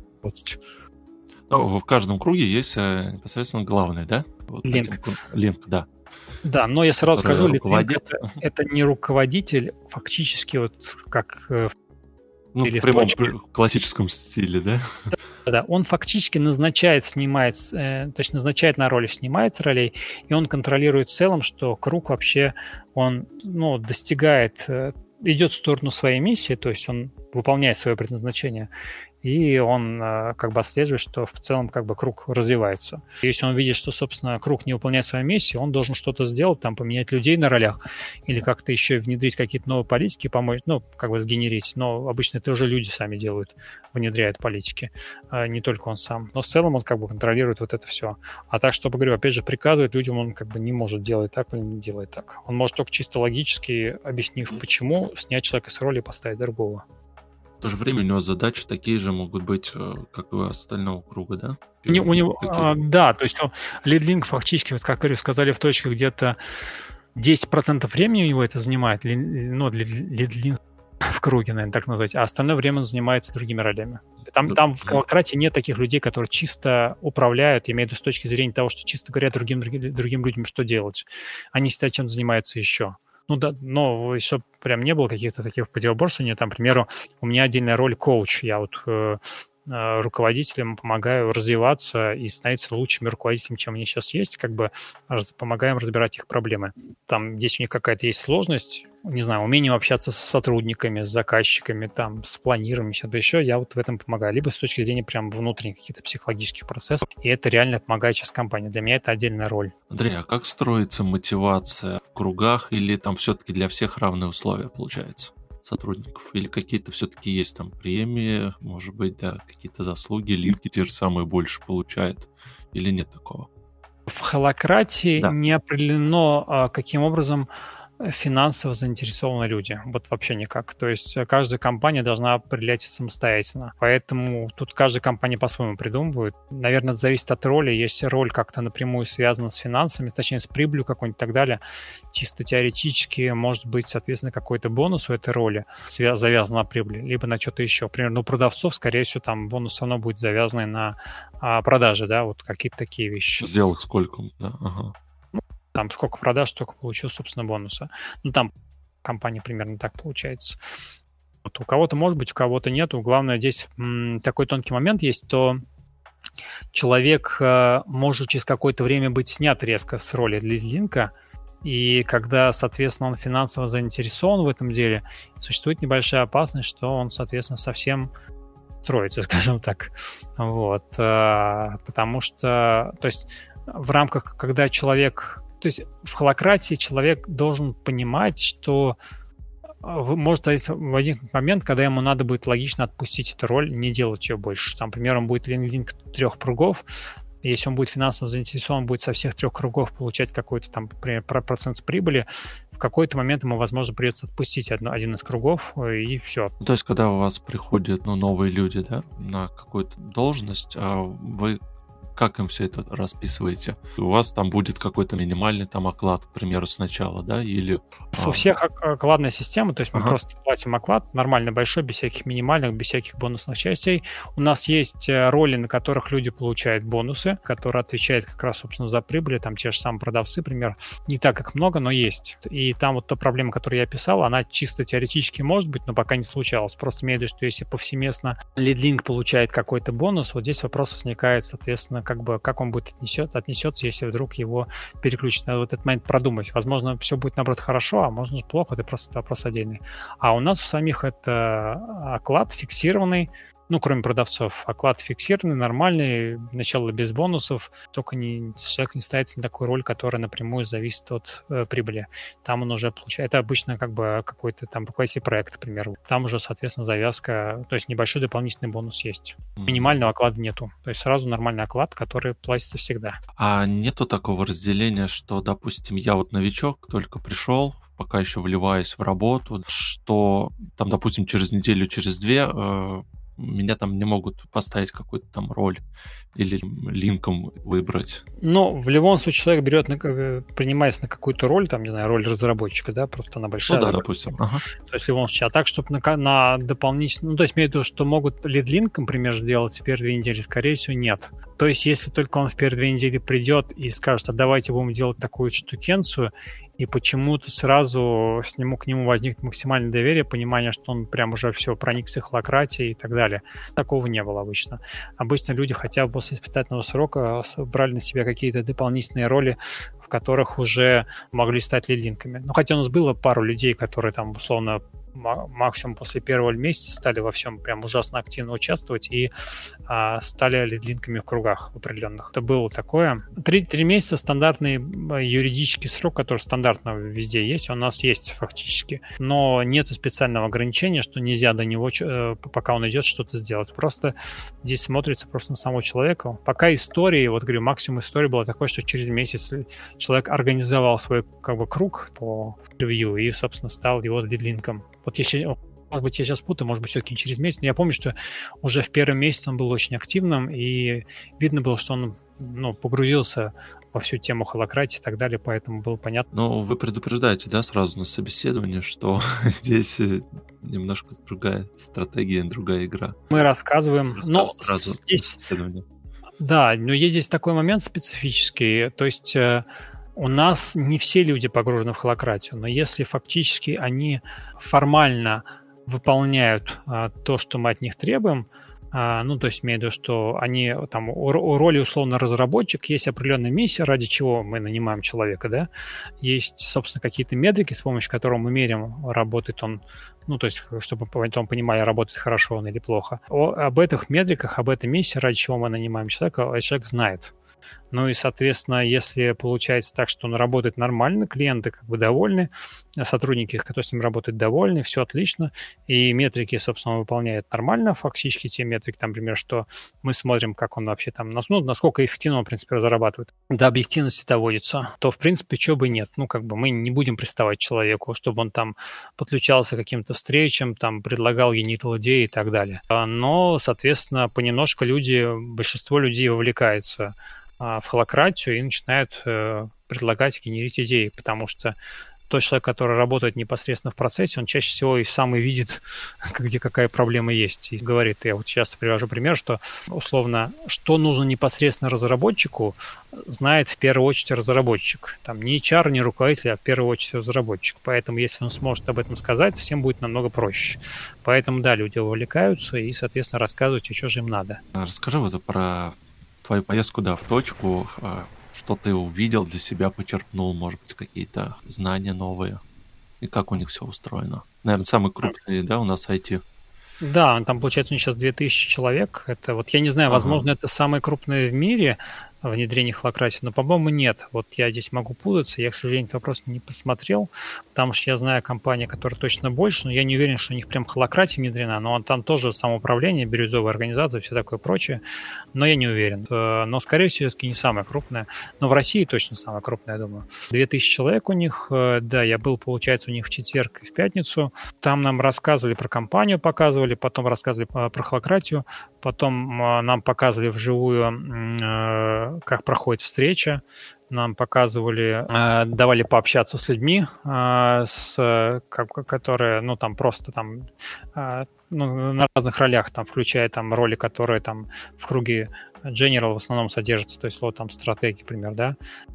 Ну, в каждом круге есть непосредственно главный, да? Вот линк. Линк, да. Да, но я сразу скажу, линк это, руководит. это не руководитель, фактически вот как в Ну, в прямом в классическом стиле, да? Да, да, он фактически назначает, снимает, э, точнее, назначает на роли, снимает с ролей, и он контролирует в целом, что круг вообще, он, ну, достигает, э, идет в сторону своей миссии, то есть он выполняет свое предназначение, и он э, как бы отслеживает, что в целом как бы круг развивается. Если он видит, что, собственно, круг не выполняет свою миссию, он должен что-то сделать, там, поменять людей на ролях или как-то еще внедрить какие-то новые политики, помочь, ну, как бы сгенерить. Но обычно это уже люди сами делают, внедряют политики, э, не только он сам. Но в целом он как бы контролирует вот это все. А так, чтобы, говорю, опять же, приказывать людям он как бы не может делать так или не делать так. Он может только чисто логически, объяснив, почему, снять человека с роли и поставить другого. В то же время у него задачи такие же могут быть, как и у остального круга, да? Не, у него, а, да, то есть лидлинк фактически, вот как сказали в точке, где-то десять процентов времени у него это занимает, ну, лидлинк в круге, наверное, так назвать, а остальное время он занимается другими ролями. Там, там в Колократе нет таких людей, которые чисто управляют, имеют с точки зрения того, что чисто говорят другим, другим, другим людям, что делать. Они всегда чем занимаются еще. Ну да, но еще прям не было каких-то таких противоборствований. Там, к примеру, у меня отдельная роль коуч. Я вот э, э, руководителям помогаю развиваться и становиться лучшими руководителями, чем они сейчас есть, как бы раз, помогаем разбирать их проблемы. Там, если у них какая-то есть сложность, не знаю, умением общаться с сотрудниками, с заказчиками, там, с планированием, что-то еще, я вот в этом помогаю. Либо с точки зрения прям внутренних каких-то психологических процессов, и это реально помогает сейчас компании. Для меня это отдельная роль. Андрей, а как строится мотивация в кругах, или там все-таки для всех равные условия получается сотрудников? Или какие-то все-таки есть там премии, может быть, да, какие-то заслуги, линки те же самые больше получают, или нет такого? В холократии да. не определено, каким образом финансово заинтересованы люди. Вот вообще никак. То есть каждая компания должна определять самостоятельно. Поэтому тут каждая компания по-своему придумывает. Наверное, это зависит от роли. Если роль как-то напрямую связана с финансами, точнее, с прибылью какой-нибудь и так далее, чисто теоретически может быть, соответственно, какой-то бонус у этой роли завязан на прибыли, либо на что-то еще. Например, у продавцов, скорее всего, там бонус все равно будет завязанный на а, продаже, да, вот какие-то такие вещи. Сделал сколько, да, ага. Там сколько продаж, столько получил, собственно, бонуса. Ну, там компания примерно так получается. Вот у кого-то может быть, у кого-то нету. Главное, здесь м, такой тонкий момент есть, то человек э, может через какое-то время быть снят резко с роли лидлинка, и когда, соответственно, он финансово заинтересован в этом деле, существует небольшая опасность, что он, соответственно, совсем строится, скажем так. Вот. Э, потому что, то есть в рамках, когда человек... То есть в холократии человек должен понимать, что может возникнуть момент, когда ему надо будет логично отпустить эту роль, не делать ее больше. Там, например, он будет линк трех кругов, если он будет финансово заинтересован, будет со всех трех кругов получать какой-то там, например, процент с прибыли, в какой-то момент ему, возможно, придется отпустить одно, один из кругов, и все. То есть, когда у вас приходят ну, новые люди, да, на какую-то должность, а вы как им все это расписываете? У вас там будет какой-то минимальный там оклад, к примеру, сначала, да, или... У а... всех окладная система, то есть мы ага. просто платим оклад, нормально большой, без всяких минимальных, без всяких бонусных частей. У нас есть роли, на которых люди получают бонусы, которые отвечают как раз, собственно, за прибыль, там те же самые продавцы, например. Не так, как много, но есть. И там вот та проблема, которую я описал, она чисто теоретически может быть, но пока не случалось. Просто имею в виду, что если повсеместно лидлинк получает какой-то бонус, вот здесь вопрос возникает, соответственно, как бы как он будет отнесет, отнесется, если вдруг его переключить. Надо вот этот момент продумать. Возможно, все будет, наоборот, хорошо, а можно же плохо, это просто вопрос отдельный. А у нас у самих это оклад фиксированный, ну, кроме продавцов, оклад фиксированный, нормальный, начало без бонусов, только не, человек не ставится на такую роль, которая напрямую зависит от э, прибыли. Там он уже получает, это обычно как бы какой-то там руководитель проекта, к примеру. Там уже, соответственно, завязка, то есть небольшой дополнительный бонус есть. Минимального оклада нету. То есть сразу нормальный оклад, который платится всегда. А нету такого разделения, что, допустим, я вот новичок, только пришел, пока еще вливаюсь в работу, что там, допустим, через неделю, через две э, меня там не могут поставить какую-то там роль или линком выбрать. Ну, в любом случае человек берет, принимается на какую-то роль, там, не знаю, роль разработчика, да, просто она большая. Ну да, допустим. Ага. То есть в любом случае, а так, чтобы на, на дополнительно, ну, то есть имею в виду, что могут лид-линк, например, сделать в первые две недели, скорее всего, нет. То есть если только он в первые две недели придет и скажет, а давайте будем делать такую штукенцию, и почему-то сразу с нему, к нему возникнет максимальное доверие, понимание, что он прям уже все проникся холократией и так далее. Такого не было обычно. Обычно люди хотя бы после испытательного срока брали на себя какие-то дополнительные роли, в которых уже могли стать лидлинками. Ну, хотя у нас было пару людей, которые там, условно, максимум после первого месяца стали во всем прям ужасно активно участвовать и а, стали лидлинками в кругах определенных. Это было такое. Три, три месяца стандартный юридический срок, который стандартно везде есть, у нас есть фактически. Но нет специального ограничения, что нельзя до него, пока он идет, что-то сделать. Просто здесь смотрится просто на самого человека. Пока истории, вот говорю, максимум истории было такое, что через месяц человек организовал свой как бы круг по ревью и, собственно, стал его лидлинком. Вот если, может быть, я сейчас путаю, может быть, все-таки не через месяц, но я помню, что уже в первый месяц он был очень активным, и видно было, что он ну, погрузился во всю тему холократии и так далее, поэтому было понятно. Но вы предупреждаете, да, сразу на собеседовании, что здесь немножко другая стратегия, другая игра. Мы рассказываем, но здесь... Да, но есть здесь такой момент специфический, то есть... У нас не все люди погружены в холократию, но если фактически они формально выполняют а, то, что мы от них требуем, а, ну, то есть имею в виду, что они там у, у роли условно разработчик есть определенная миссия, ради чего мы нанимаем человека, да, есть, собственно, какие-то метрики, с помощью которых мы меряем, работает он, ну, то есть, чтобы потом понимали, работает хорошо он или плохо. О, об этих метриках, об этой миссии, ради чего мы нанимаем человека, человек знает. Ну и, соответственно, если получается так, что он работает нормально, клиенты как бы довольны, сотрудники, которые с ним работают, довольны, все отлично, и метрики, собственно, он выполняет нормально, фактически те метрики, там, например, что мы смотрим, как он вообще там, ну, насколько эффективно он, в принципе, разрабатывает, до объективности доводится, то, в принципе, чего бы нет. Ну, как бы мы не будем приставать человеку, чтобы он там подключался к каким-то встречам, там, предлагал генерил идеи и так далее. Но, соответственно, понемножку люди, большинство людей вовлекается в холакратию и начинают э, предлагать, генерить идеи, потому что тот человек, который работает непосредственно в процессе, он чаще всего и сам и видит, где какая проблема есть. И говорит, я вот часто привожу пример, что условно, что нужно непосредственно разработчику, знает в первую очередь разработчик. Там не эйч ар, не руководитель, а в первую очередь разработчик. Поэтому если он сможет об этом сказать, всем будет намного проще. Поэтому, да, люди увлекаются и, соответственно, рассказывают, что же им надо. Расскажи вот про твою поездку, да, в точку, что ты увидел для себя, почерпнул, может быть, какие-то знания новые, и как у них все устроено. Наверное, самый крупный, да, у нас ай ти. Да, там, получается, у них сейчас две тысячи человек. Это вот, я не знаю, возможно, ага. это самое крупное в мире внедрение холакратии, но, по-моему, нет. Вот я здесь могу путаться, я, к сожалению, этот вопрос не посмотрел, потому что я знаю компании, которые точно больше, но я не уверен, что у них прям холакратия внедрена, но там тоже самоуправление, бирюзовая организация, все такое прочее, но я не уверен. Но, скорее всего, все-таки не самая крупная, но в России точно самая крупная, я думаю. две тысячи человек у них, да, я был, получается, у них в четверг и в пятницу, там нам рассказывали про компанию, показывали, потом рассказывали про холакратию, потом нам показывали вживую, как проходит встреча, нам показывали, давали пообщаться с людьми, с, которые, ну, там просто там, ну, на разных ролях, там, включая там роли, которые там в круге General в основном содержатся, то есть слово там стратегии, например, да.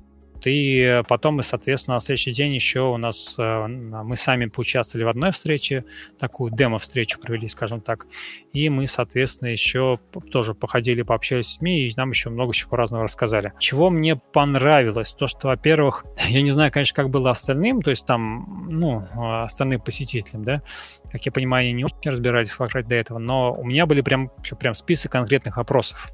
И потом мы, соответственно, на следующий день еще у нас, мы сами поучаствовали в одной встрече, такую демо-встречу провели, скажем так, и мы, соответственно, еще тоже походили, пообщались с людьми, и нам еще много чего разного рассказали. Чего мне понравилось? То, что, во-первых, я не знаю, конечно, как было остальным, то есть там, ну, остальным посетителям, да, как я понимаю, они не очень разбирались в холакратии до этого, но у меня были прям, прям список конкретных вопросов.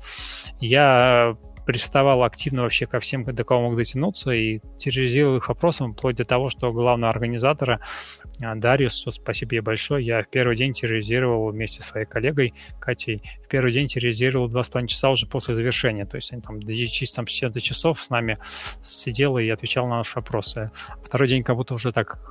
Я приставал активно вообще ко всем, до кого мог дотянуться, и терроризировал их вопросом, вплоть до того, что главного организатора Дариусу, спасибо ей большое, я в первый день терроризировал вместе со своей коллегой Катей, в первый день терроризировал два с половиной часа уже после завершения, то есть они там до шестидесяти часов с нами сидела и отвечал на наши вопросы. Второй день как будто уже так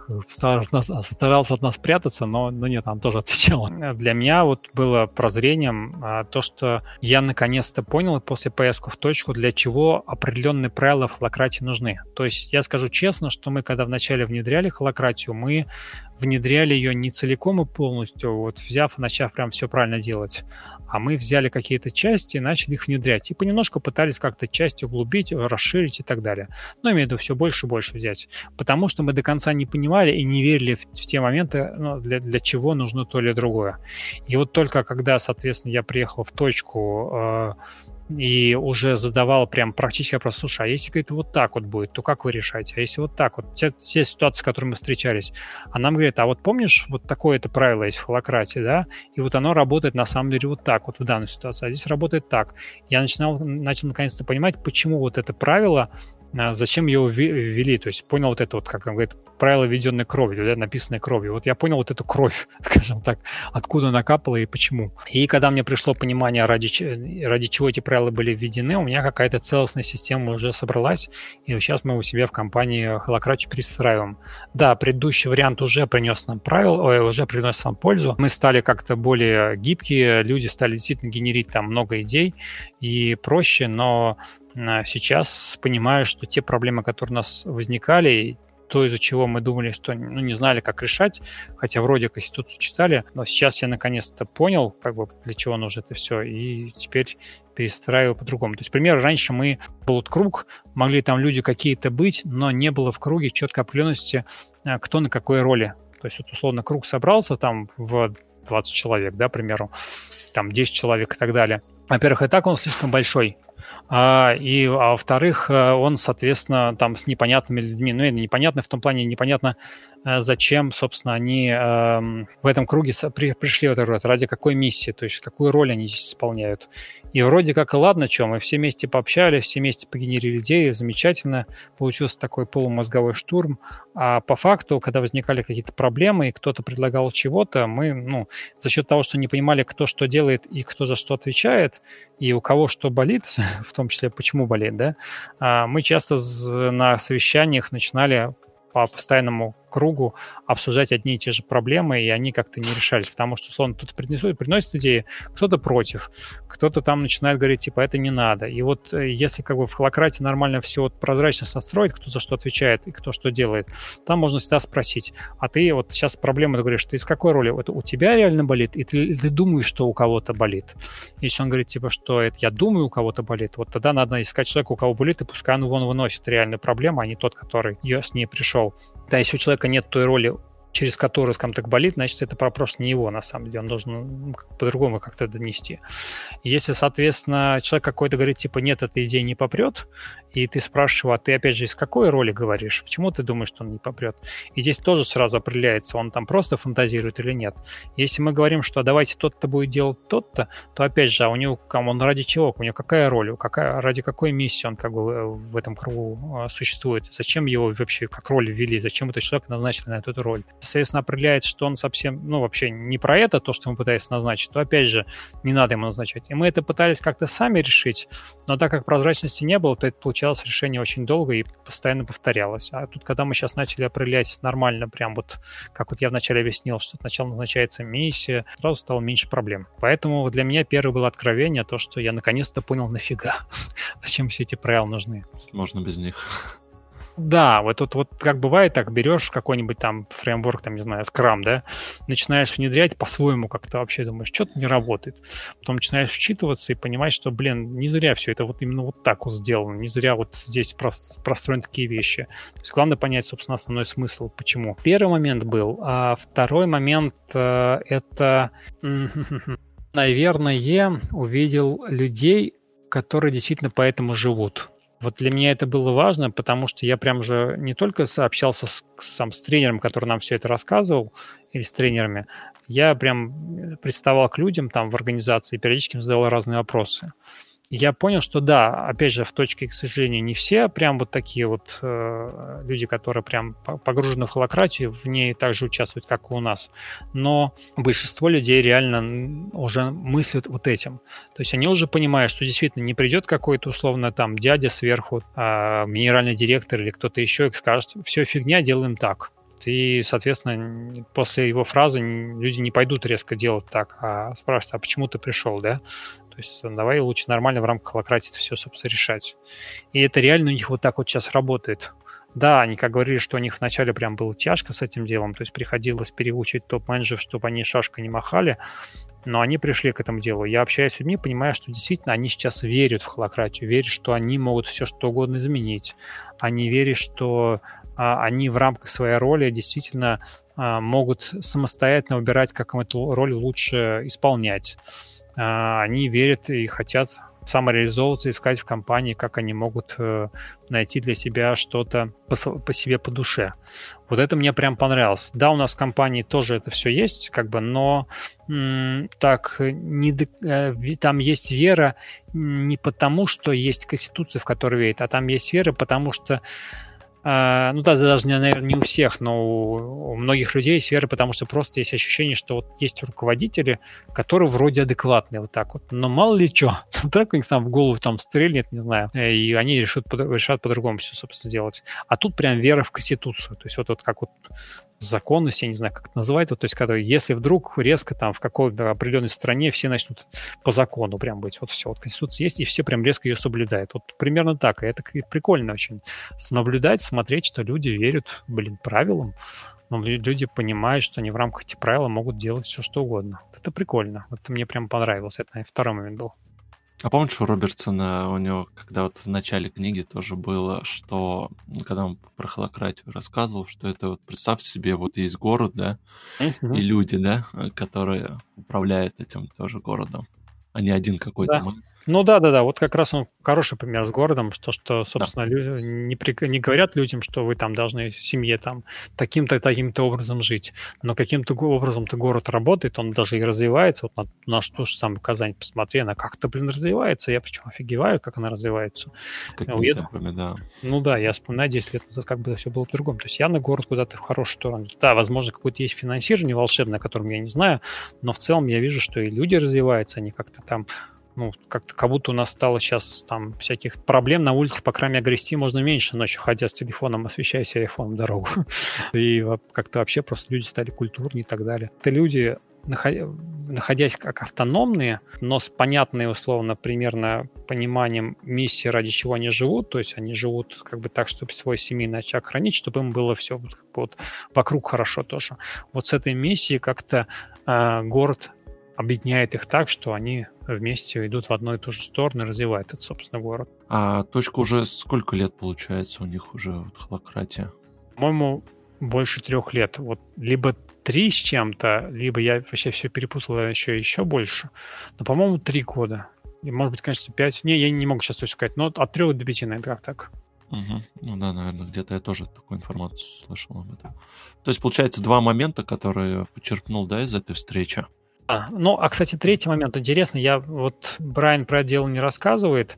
старался от нас прятаться, но, но нет, он тоже отвечал. Для меня вот было прозрением то, что я наконец-то понял после поездки в точку, для чего определенные правила в холакратии нужны. То есть я скажу честно, что мы, когда вначале внедряли холакратию, мы внедряли ее не целиком и полностью, вот взяв и начав прям все правильно делать, а мы взяли какие-то части и начали их внедрять. И понемножку пытались как-то часть углубить, расширить и так далее. Но имею в виду все больше и больше взять. Потому что мы до конца не понимали и не верили в, в те моменты, ну, для, для чего нужно то или другое. И вот только когда, соответственно, я приехал в точку, э, и уже задавал прям практически вопрос, слушай, а если, говорит, вот так вот будет, то как вы решаете? А если вот так вот? Те, те ситуации, с которыми мы встречались. А нам говорят, а вот помнишь, вот такое-то правило есть в холакратии, да? И вот оно работает на самом деле вот так вот в данной ситуации. А здесь работает так. Я начинал, начал наконец-то понимать, почему вот это правило, зачем его ввели, то есть понял вот это вот, как он говорит, правило, введенной кровью, да, написанной кровью. Вот я понял вот эту кровь, скажем так, откуда она капала и почему. И когда мне пришло понимание, ради, ради чего эти правила были введены, у меня какая-то целостная система уже собралась, и сейчас мы у себя в компании холакратию перестраиваем. Да, предыдущий вариант уже принес нам правила, ой, уже принес нам пользу. Мы стали как-то более гибкие, люди стали действительно генерить там много идей и проще, но сейчас понимаю, что те проблемы, которые у нас возникали, то, из-за чего мы думали, что ну, не знали, как решать, хотя вроде Конституцию читали, но сейчас я наконец-то понял, как бы для чего нужно это все, и теперь перестраиваю по-другому. То есть, например, раньше мы был вот круг, могли там люди какие-то быть, но не было в круге четкой определенности, кто на какой роли. То есть, вот, условно, круг собрался там в двадцать человек, да, к примеру, там десять человек и так далее. Во-первых, и так он слишком большой. А, и, а во-вторых, э, он, соответственно, там с непонятными людьми, ну, и непонятно в том плане, непонятно, э, зачем, собственно, они эм, в этом круге со- при- пришли в этот род, ради какой миссии, то есть какую роль они здесь исполняют. И вроде как, и ладно, что, мы все вместе пообщались, все вместе погенерили идеи, замечательно, получился такой полумозговой штурм, а по факту, когда возникали какие-то проблемы, и кто-то предлагал чего-то, мы, ну, за счет того, что не понимали, кто что делает и кто за что отвечает, и у кого что болит, в том числе почему болит, да, а, мы часто з- на совещаниях начинали по постоянному кругу обсуждать одни и те же проблемы, и они как-то не решались, потому что, условно, кто-то приносит, приносит идеи, кто-то против, кто-то там начинает говорить, типа, это не надо. И вот э, если как бы в холократе нормально все вот прозрачно настроить, кто за что отвечает и кто что делает, там можно всегда спросить, а ты вот сейчас проблема, ты говоришь, ты из какой роли? Это у тебя реально болит, и ты, ты думаешь, что у кого-то болит? Если он говорит, типа, что это я думаю, у кого-то болит, вот тогда надо искать человека, у кого болит, и пускай он вон выносит реальную проблему, а не тот, который ее с ней пришел. Да, если у человека нет той роли, через которую, скажем так, болит, значит, это вопрос не его, на самом деле. Он должен ну, как- по-другому как-то донести. Если, соответственно, человек какой-то говорит, типа, нет, эта идея не попрет, и ты спрашиваешь, а ты, опять же, из какой роли говоришь? Почему ты думаешь, что он не попрет? И здесь тоже сразу определяется, он там просто фантазирует или нет. Если мы говорим, что давайте тот-то будет делать тот-то, то, опять же, а у него, он ради чего? У него какая роль? Какая, ради какой миссии он как бы в этом кругу а, существует? Зачем его вообще как роль ввели? Зачем этот человек назначили на эту роль? Соответственно, определяется, что он совсем, ну, вообще не про это, то, что мы пытаемся назначить, то, опять же, не надо ему назначать. И мы это пытались как-то сами решить, но так как прозрачности не было, то это получалось решение очень долго и постоянно повторялось. А тут, когда мы сейчас начали определять нормально, прям вот, как вот я вначале объяснил, что сначала назначается миссия, сразу стало меньше проблем. Поэтому для меня первое было откровение, то, что я наконец-то понял, нафига, зачем все эти правила нужны. Можно без них. Да, вот тут вот как бывает, так берешь какой-нибудь там фреймворк, там, не знаю, Scrum, да, начинаешь внедрять по-своему как-то вообще, думаешь, что-то не работает. Потом начинаешь вчитываться и понимать, что, блин, не зря все это вот именно вот так вот сделано, не зря вот здесь прос- простроены такие вещи. То есть главное понять, собственно, основной смысл, почему. Первый момент был, а второй момент э, это, наверное, увидел людей, которые действительно поэтому живут. Вот для меня это было важно, потому что я прям же не только сообщался с, сам с тренером, который нам все это рассказывал, или с тренерами, я прям приставал к людям там в организации и периодически им задавал разные вопросы. И я понял, что да, опять же, в точке, к сожалению, не все прям вот такие вот э, люди, которые прям погружены в холократию, в ней также участвуют, как и у нас. Но большинство людей реально уже мыслят вот этим. То есть они уже понимают, что действительно не придет какой-то условно там дядя сверху, э, генеральный директор или кто-то еще и скажет, все фигня, делаем так. И, соответственно, после его фразы люди не пойдут резко делать так, а спрашивают, а почему ты пришел, да? То есть давай лучше нормально в рамках холократии это все, собственно, решать. И это реально у них вот так вот сейчас работает. Да, они как говорили, что у них вначале прям было тяжко с этим делом, то есть приходилось переучить топ-менеджеров, чтобы они шашкой не махали, но они пришли к этому делу. Я общаюсь с людьми, понимаю, что действительно они сейчас верят в холократию, верят, что они могут все что угодно изменить. Они верят, что а, они в рамках своей роли действительно а, могут самостоятельно выбирать, как им эту роль лучше исполнять. А, они верят и хотят самореализовываться, искать в компании, как они могут э, найти для себя что-то по, по себе по душе. Вот это мне прям понравилось. Да, у нас в компании тоже это все есть, как бы, но м- так не, э, там есть вера не потому, что есть конституция, в которой верит, а там есть вера, потому что Uh, ну да, даже, наверное, не у всех, но у, у многих людей есть вера, потому что просто есть ощущение, что вот есть руководители, которые вроде адекватные вот так вот, но мало ли что, так у них там в голову там стрельнет, не знаю, и они решат, решат по-другому все, собственно, делать. А тут прям вера в Конституцию, то есть вот, вот как вот законность, я не знаю, как это называть, вот, то есть когда если вдруг резко там в какой-то определенной стране все начнут по закону прям быть, вот все, вот Конституция есть, и все прям резко ее соблюдают. Вот примерно так, и это прикольно очень. Наблюдать, смотреть, что люди верят, блин, правилам, но люди понимают, что они в рамках этих правил могут делать все, что угодно. Это прикольно. Вот мне прям понравилось. Это, наверное, второй момент был. А помнишь, у Робертсона, у него, когда вот в начале книги тоже было, что, когда он про холократию рассказывал, что это вот, представь себе, вот есть город, да, mm-hmm. и люди, да, которые управляют этим тоже городом, а не один какой-то да. мэр. Ну да-да-да, вот как раз он хороший пример с городом, что, что собственно, Да. лю- не, при- не говорят людям, что вы там должны в семье там таким-то, таким-то образом жить, но каким-то го- образом-то город работает, он даже и развивается. Вот на, на что же сам Казань, посмотри, она как-то, блин, развивается, я причем офигеваю, как она развивается. Какими Уеду. темпами, да. Ну да, я вспоминаю десять лет назад, как бы все было по-другому. То есть явно город куда-то в хорошую сторону. Да, возможно, какое-то есть финансирование волшебное, о котором я не знаю, но в целом я вижу, что и люди развиваются, они как-то там, ну, как-то как будто у нас стало сейчас там всяких проблем на улице, по крайней мере, грести можно меньше ночью, ходя с телефоном, освещая себе айфоном дорогу. И как-то вообще просто люди стали культурнее и так далее. Это люди, находясь как автономные, но с понятной, условно, примерно пониманием миссии, ради чего они живут, то есть они живут как бы так, чтобы свой семейный очаг хранить, чтобы им было все вот, вот вокруг хорошо тоже. Вот с этой миссией как-то э, город объединяет их так, что они вместе идут в одну и ту же сторону и развивают этот, собственно, город. А точка уже сколько лет, получается, у них уже вот холакратия? По-моему, больше трех лет. Вот либо три с чем-то, либо я вообще все перепутал еще еще больше. Но, по-моему, три года. И, может быть, конечно, пять. Не, я не могу сейчас точно сказать, но от трех до пяти, наверное, как так. Угу. Ну да, наверное, где-то я тоже такую информацию слышал об этом. То есть, получается, два момента, которые почерпнул, да, из этой встречи. А, ну, а, кстати, третий момент интересный. Я вот Брайан про это дело не рассказывает,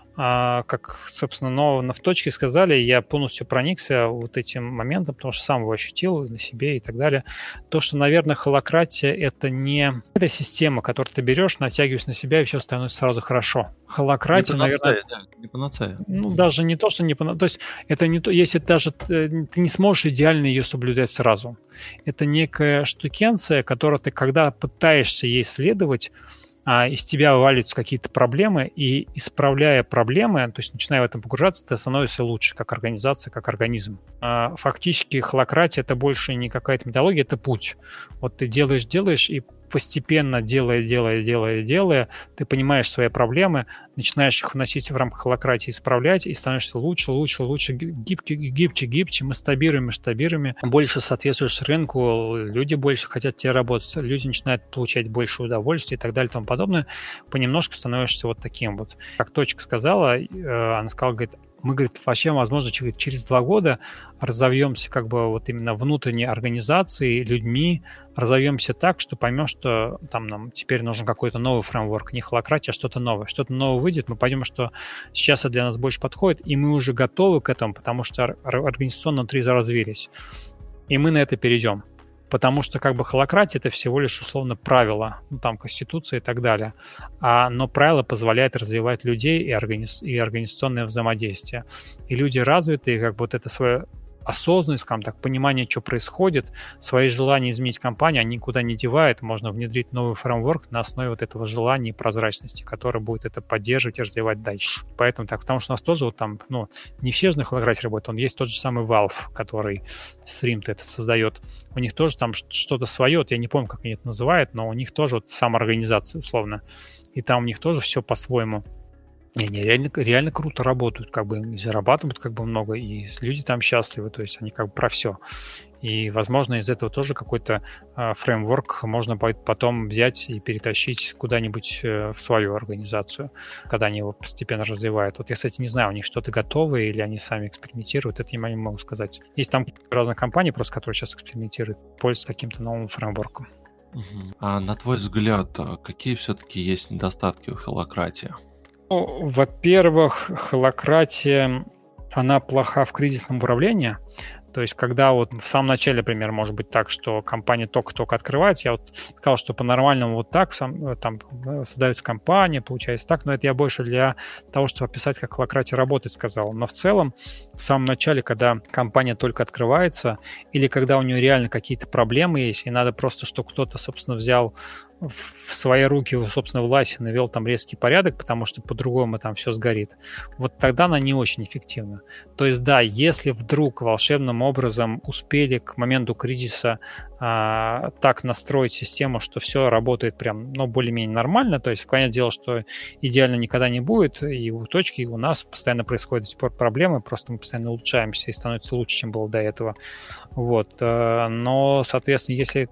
а, как, собственно, но в точке сказали, я полностью проникся вот этим моментом, потому что сам его ощутил на себе и так далее. То, что, наверное, холакратия — это не эта система, которую ты берешь, натягиваешь на себя, и все становится сразу хорошо. Холакратия, не наверное... Да, не панацея. Ну, даже не то, что не панацея. То есть это не то, если даже ты не сможешь идеально ее соблюдать сразу. Это некая штукенция, которую ты, когда пытаешься ей следовать, а из тебя вываливаются какие-то проблемы, и исправляя проблемы, то есть начиная в этом погружаться, ты становишься лучше, как организация, как организм. А фактически холакратия — это больше не какая-то методология, это путь. Вот ты делаешь, делаешь, и постепенно, делая, делая, делая, делая, ты понимаешь свои проблемы, начинаешь их вносить в рамках холакратии, исправлять, и становишься лучше, лучше, лучше, гибче, гибче, гибче, масштабируем, масштабируем, больше соответствуешь рынку, люди больше хотят тебе работать, люди начинают получать больше удовольствия и так далее и тому подобное. Понемножку становишься вот таким вот. Как Точка сказала, она сказала, говорит, мы, говорит, вообще, возможно, через два года разовьемся как бы вот именно внутренней организацией, людьми, разовьемся так, что поймем, что там нам теперь нужен какой-то новый фреймворк, не холакратия, а что-то новое. Что-то новое выйдет, мы поймем, что сейчас это для нас больше подходит, и мы уже готовы к этому, потому что организационно внутри развились. И мы на это перейдем. Потому что как бы холакратия — это всего лишь условно правила, ну там конституция и так далее. А, но правила позволяют развивать людей и, организ... и организационное взаимодействие. И люди развитые, как бы вот это свое осознанность, скажем так, понимание, что происходит, свои желания изменить компанию, они никуда не девают. Можно внедрить новый фреймворк на основе вот этого желания и прозрачности, который будет это поддерживать и развивать дальше. Поэтому так, потому что у нас тоже вот там, ну, не все же на холакратии работают. Он есть тот же самый Valve, который Stream-то это создает. У них тоже там что-то свое, вот я не помню, как они это называют, но у них тоже вот самоорганизация, условно. И там у них тоже все по-своему. И они реально, реально круто работают, как бы и зарабатывают как бы много, и люди там счастливы, то есть они как бы про все. И, возможно, из этого тоже какой-то э, фреймворк можно потом взять и перетащить куда-нибудь э, в свою организацию, когда они его постепенно развивают. Вот я, кстати, не знаю, у них что-то готовое или они сами экспериментируют, это я не могу сказать. Есть там разные компании, просто которые сейчас экспериментируют, пользуются каким-то новым фреймворком. Угу. А на твой взгляд, какие все-таки есть недостатки у холакратии? Ну, во-первых, холакратия, она плоха в кризисном управлении. То есть, когда вот в самом начале, например, может быть так, что компания только-только открывается, я вот сказал, что по-нормальному вот так сам, там создается компания, получается так, но это я больше для того, чтобы описать, как холакратия работает, сказал. Но в целом, в самом начале, когда компания только открывается, или когда у нее реально какие-то проблемы есть, и надо просто, чтобы кто-то, собственно, взял в свои руки, собственно, власть навел там резкий порядок, потому что по-другому там все сгорит, вот тогда она не очень эффективна. То есть, да, если вдруг волшебным образом успели к моменту кризиса а, так настроить систему, что все работает прям, ну, более-менее нормально, то есть, понятное дело, что идеально никогда не будет, и у Точки, и у нас постоянно происходят до сих пор проблемы, просто мы постоянно улучшаемся и становится лучше, чем было до этого. Вот. Но, соответственно, если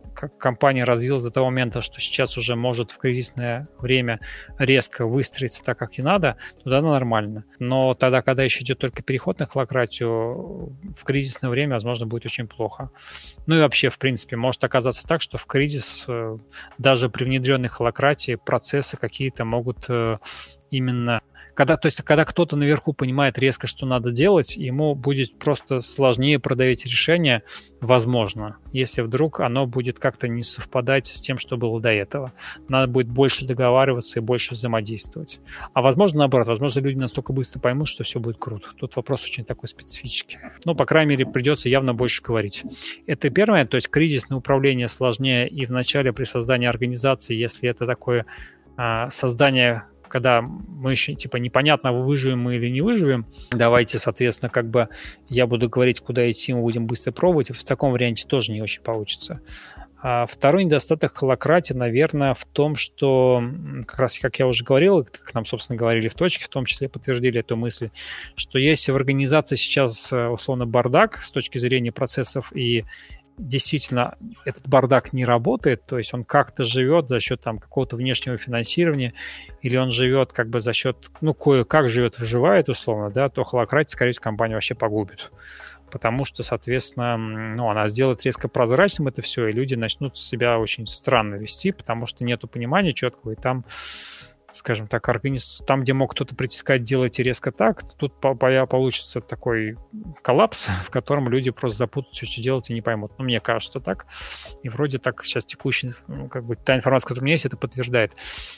как компания развилась до того момента, что сейчас уже может в кризисное время резко выстроиться так, как и надо, то да, нормально. Но тогда, когда еще идет только переход на холакратию, в кризисное время, возможно, будет очень плохо. Ну и вообще, в принципе, может оказаться так, что в кризис даже при внедренной холакратии процессы какие-то могут именно... Когда, то есть, когда кто-то наверху понимает резко, что надо делать, ему будет просто сложнее продавить решение, возможно, если вдруг оно будет как-то не совпадать с тем, что было до этого. Надо будет больше договариваться и больше взаимодействовать. А возможно, наоборот, возможно, люди настолько быстро поймут, что все будет круто. Тут вопрос очень такой специфический. Ну, по крайней мере, придется явно больше говорить. Это первое, то есть кризисное управление сложнее и в начале при создании организации, если это такое а, создание... когда мы еще, типа, непонятно, выживем мы или не выживем, давайте, соответственно, как бы я буду говорить, куда идти, мы будем быстро пробовать, в таком варианте тоже не очень получится. А второй недостаток холакратии, наверное, в том, что, как раз, как я уже говорил, как нам, собственно, говорили в точке, в том числе подтвердили эту мысль, что если в организации сейчас, условно, бардак с точки зрения процессов и действительно этот бардак не работает, то есть он как-то живет за счет там какого-то внешнего финансирования, или он живет как бы за счет, ну, кое-как живет, выживает условно, да, то холакратия, скорее всего, компанию вообще погубит. Потому что, соответственно, ну, она сделает резко прозрачным это все, и люди начнут себя очень странно вести, потому что нету понимания четкого, и там, скажем так, организ... там, где мог кто-то прийти сказать, делайте резко так, тут получится такой коллапс, в котором люди просто запутаются, что делать, и не поймут. Ну, мне кажется так. И вроде так сейчас текущая, ну, как бы та информация, которая у меня есть, это подтверждает.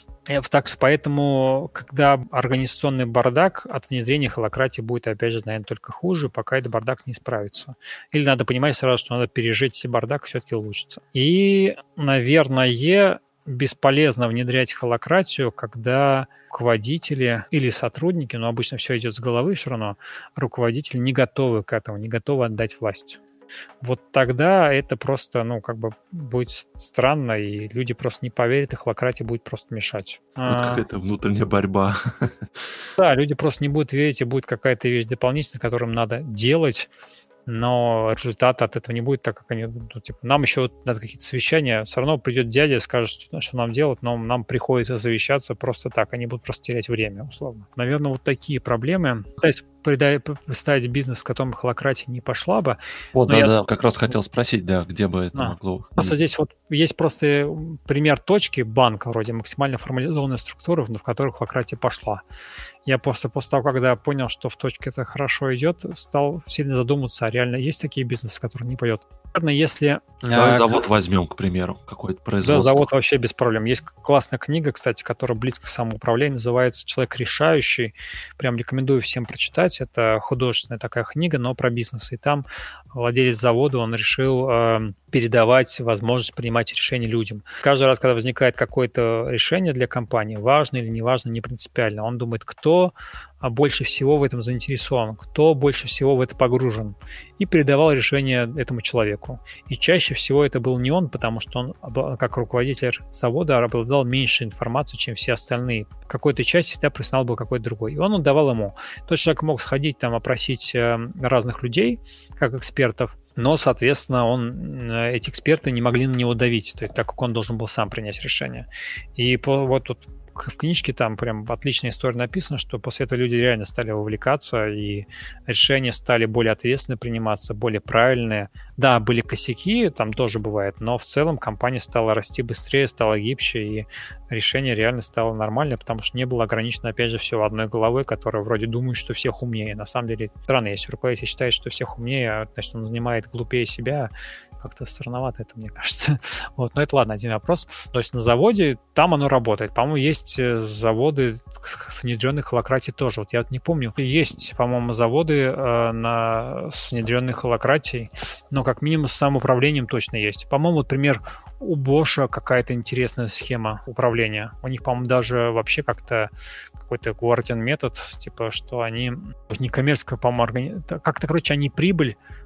Так что поэтому, когда организационный бардак, от внедрения холакратии будет, опять же, наверное, только хуже, пока этот бардак не справится. Или надо понимать сразу, что надо пережить себе бардак, и все-таки улучшится. И, наверное, бесполезно внедрять холакратию, когда руководители или сотрудники, но обычно все идет с головы все равно, руководители не готовы к этому, не готовы отдать власть. Вот тогда это просто, ну, как бы будет странно, и люди просто не поверят, и холакратия будет просто мешать. Вот какая-то внутренняя борьба. Да, люди просто не будут верить, и будет какая-то вещь дополнительная, которую надо делать, но результата от этого не будет, так как они, ну, типа, нам еще надо какие-то совещания, все равно придет дядя и скажет, что, что нам делать, но нам приходится завещаться просто так, они будут просто терять время, условно. Наверное, вот такие проблемы. Пытаюсь представить бизнес, в котором холакратия не пошла бы. Вот, да-да, я... как раз хотел спросить, да, где бы это а, могло... Просто здесь вот есть просто пример точки банка, вроде максимально формализованной структуры, в которых холакратия пошла. Я просто после того, когда понял, что в точке это хорошо идет, стал сильно задумываться, а реально есть такие бизнесы, в которые не пойдет. Наверное, если... Давай завод возьмем, к примеру, какой-то производство. Да, завод вообще без проблем. Есть классная книга, кстати, которая близко к самоуправлению, называется «Человек решающий». Прям рекомендую всем прочитать. Это художественная такая книга, но про бизнес. И там владелец завода, он решил э, передавать возможность принимать решения людям. Каждый раз, когда возникает какое-то решение для компании, важно или не важно, не принципиально, он думает, кто больше всего в этом заинтересован, кто больше всего в это погружен, и передавал решение этому человеку. И чаще всего это был не он, потому что он, как руководитель завода, обладал меньше информации, чем все остальные. В какой-то части всегда профессионал был какой-то другой. И он отдавал ему. Тот человек мог сходить, там, опросить разных людей, как экспертов, но, соответственно, он, эти эксперты не могли на него давить, то есть, так как он должен был сам принять решение. И по, вот тут в книжке там прям отличная история написана, что после этого люди реально стали вовлекаться, и решения стали более ответственно приниматься, более правильные. Да, были косяки, там тоже бывает, но в целом компания стала расти быстрее, стала гибче, и решение реально стало нормальное, потому что не было ограничено, опять же, все одной головой, которая вроде думает, что всех умнее. На самом деле, странно, если руководитель считает, что всех умнее, значит, он занимает глупее себя. Как-то странновато это, мне кажется. Вот, но это ладно, один вопрос. То есть на заводе, там оно работает. По-моему, есть заводы с внедренной холакратией тоже. Вот я не помню. Есть, по-моему, заводы э, на, с внедренной холакратией, но как минимум с самоуправлением точно есть. По-моему, вот пример у Bosch какая-то интересная схема управления. У них, по-моему, даже вообще как-то какой-то Guardian метод, типа, что они не коммерческая, по-моему, органи... как-то, короче, они прибыль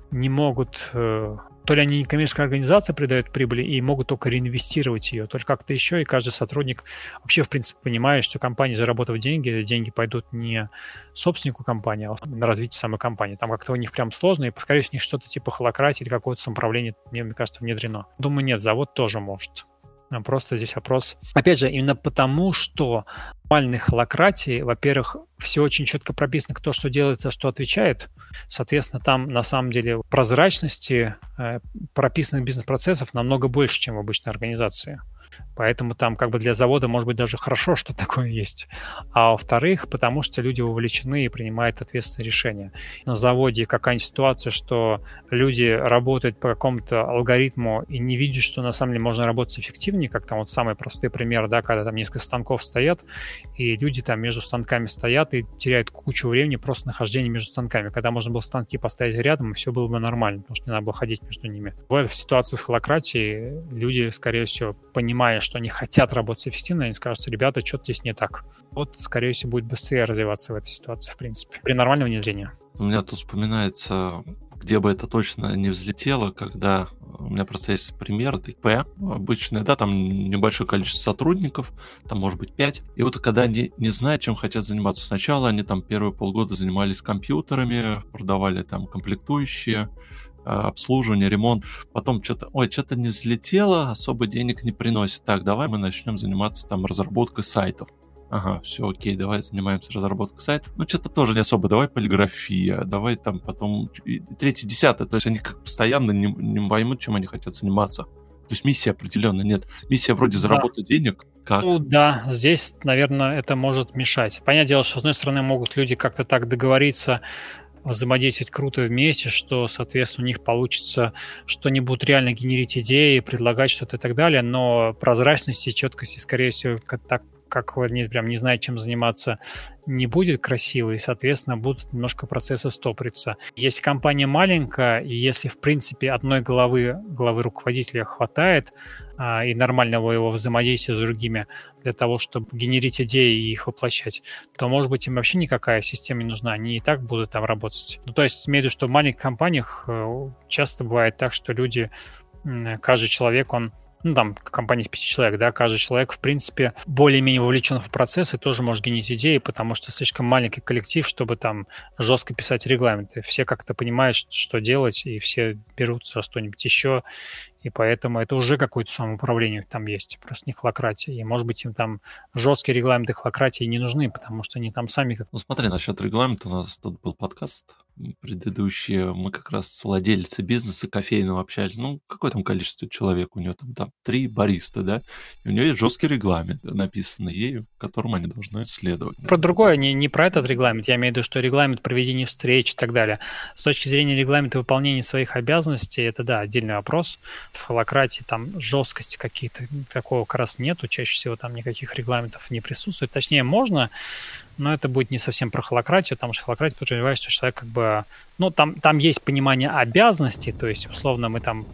не могут... Э, то ли они некоммерческая организация придают прибыли и могут только реинвестировать ее, то ли как-то еще, и каждый сотрудник вообще, в принципе, понимает, что компания, заработав деньги, деньги пойдут не собственнику компании, а на развитие самой компании. Там как-то у них прям сложно, и, скорее всего, у них что-то типа холократии или какое-то самоуправление, мне, мне кажется, внедрено. Думаю, нет, завод тоже может. Просто здесь вопрос... Опять же, именно потому, что в нормальной холократии, во-первых, все очень четко прописано, кто что делает, а что отвечает. Соответственно, там на самом деле прозрачности э, прописанных бизнес-процессов намного больше, чем в обычной организации. Поэтому там как бы для завода, может быть, даже хорошо, что такое есть. А во-вторых, потому что люди вовлечены и принимают ответственные решения. На заводе какая-нибудь ситуация, что люди работают по какому-то алгоритму и не видят, что на самом деле можно работать эффективнее, как там вот самый простой пример, да, когда там несколько станков стоят, и люди там между станками стоят и теряют кучу времени просто нахождения между станками. Когда можно было станки поставить рядом, и все было бы нормально, потому что не надо было ходить между ними. В этой ситуации с холократией люди, скорее всего, понимают, что они хотят работать эффективно, они скажут, ребята, что-то здесь не так. Вот, скорее всего, будет быстрее развиваться в этой ситуации, в принципе, при нормальном внедрении. У меня тут вспоминается, где бы это точно не взлетело, когда у меня просто есть пример, ИП обычное, да, там небольшое количество сотрудников, там может быть пять, и вот когда они не знают, чем хотят заниматься. Сначала они там первые полгода занимались компьютерами, продавали там комплектующие, обслуживание, ремонт, потом что-то, ой, что-то не взлетело, особо денег не приносит. Так, давай мы начнем заниматься там разработкой сайтов. Ага, все, окей, давай занимаемся разработкой сайтов. Ну, что-то тоже не особо, давай полиграфия, давай там потом третье, десятое. То есть они как постоянно не, не поймут, чем они хотят заниматься. То есть миссии определенно нет. Миссия вроде заработать да. денег. Как? Ну да, здесь, наверное, это может мешать. Понятное дело, что с одной стороны могут люди как-то так договориться, взаимодействовать круто вместе, что, соответственно, у них получится, что они будут реально генерить идеи, предлагать что-то и так далее, но прозрачности, четкости, скорее всего, как, так как они прям не знают, чем заниматься, не будет красиво, и, соответственно, будут немножко процессы стопориться. Если компания маленькая, и если, в принципе, одной главы, главы руководителя хватает, а, и нормального его взаимодействия с другими для того, чтобы генерить идеи и их воплощать, то, может быть, им вообще никакая система не нужна, они и так будут там работать. Ну, то есть, имею в виду, что в маленьких компаниях часто бывает так, что люди, каждый человек, он ну, там, компания из пяти человек, да, каждый человек, в принципе, более-менее вовлечен в процесс и тоже может генерить идеи, потому что слишком маленький коллектив, чтобы там жестко писать регламенты. Все как-то понимают, что делать, и все берутся за что-нибудь еще, и поэтому это уже какое-то самоуправление там есть, просто не холократия. И, может быть, им там жесткие регламенты холократии не нужны, потому что они там сами как... Ну, смотри, насчет регламента у нас тут был подкаст предыдущий, мы как раз с владельцей бизнеса кофейного общались. Ну, какое там количество человек? У него там, там три бариста, да? И у него есть жесткий регламент, написанный ею, которым они должны следовать. Про другое, не, не про этот регламент. Я имею в виду, что регламент проведения встреч и так далее. С точки зрения регламента выполнения своих обязанностей, это, да, отдельный вопрос. В холократии там жесткости какие-то, такого как раз нету. Чаще всего там никаких регламентов не присутствует. Точнее, можно, но это будет не совсем про холократию, потому что холократия подразумевает, что человек как бы... Ну, там, там есть понимание обязанностей, то есть, условно, мы там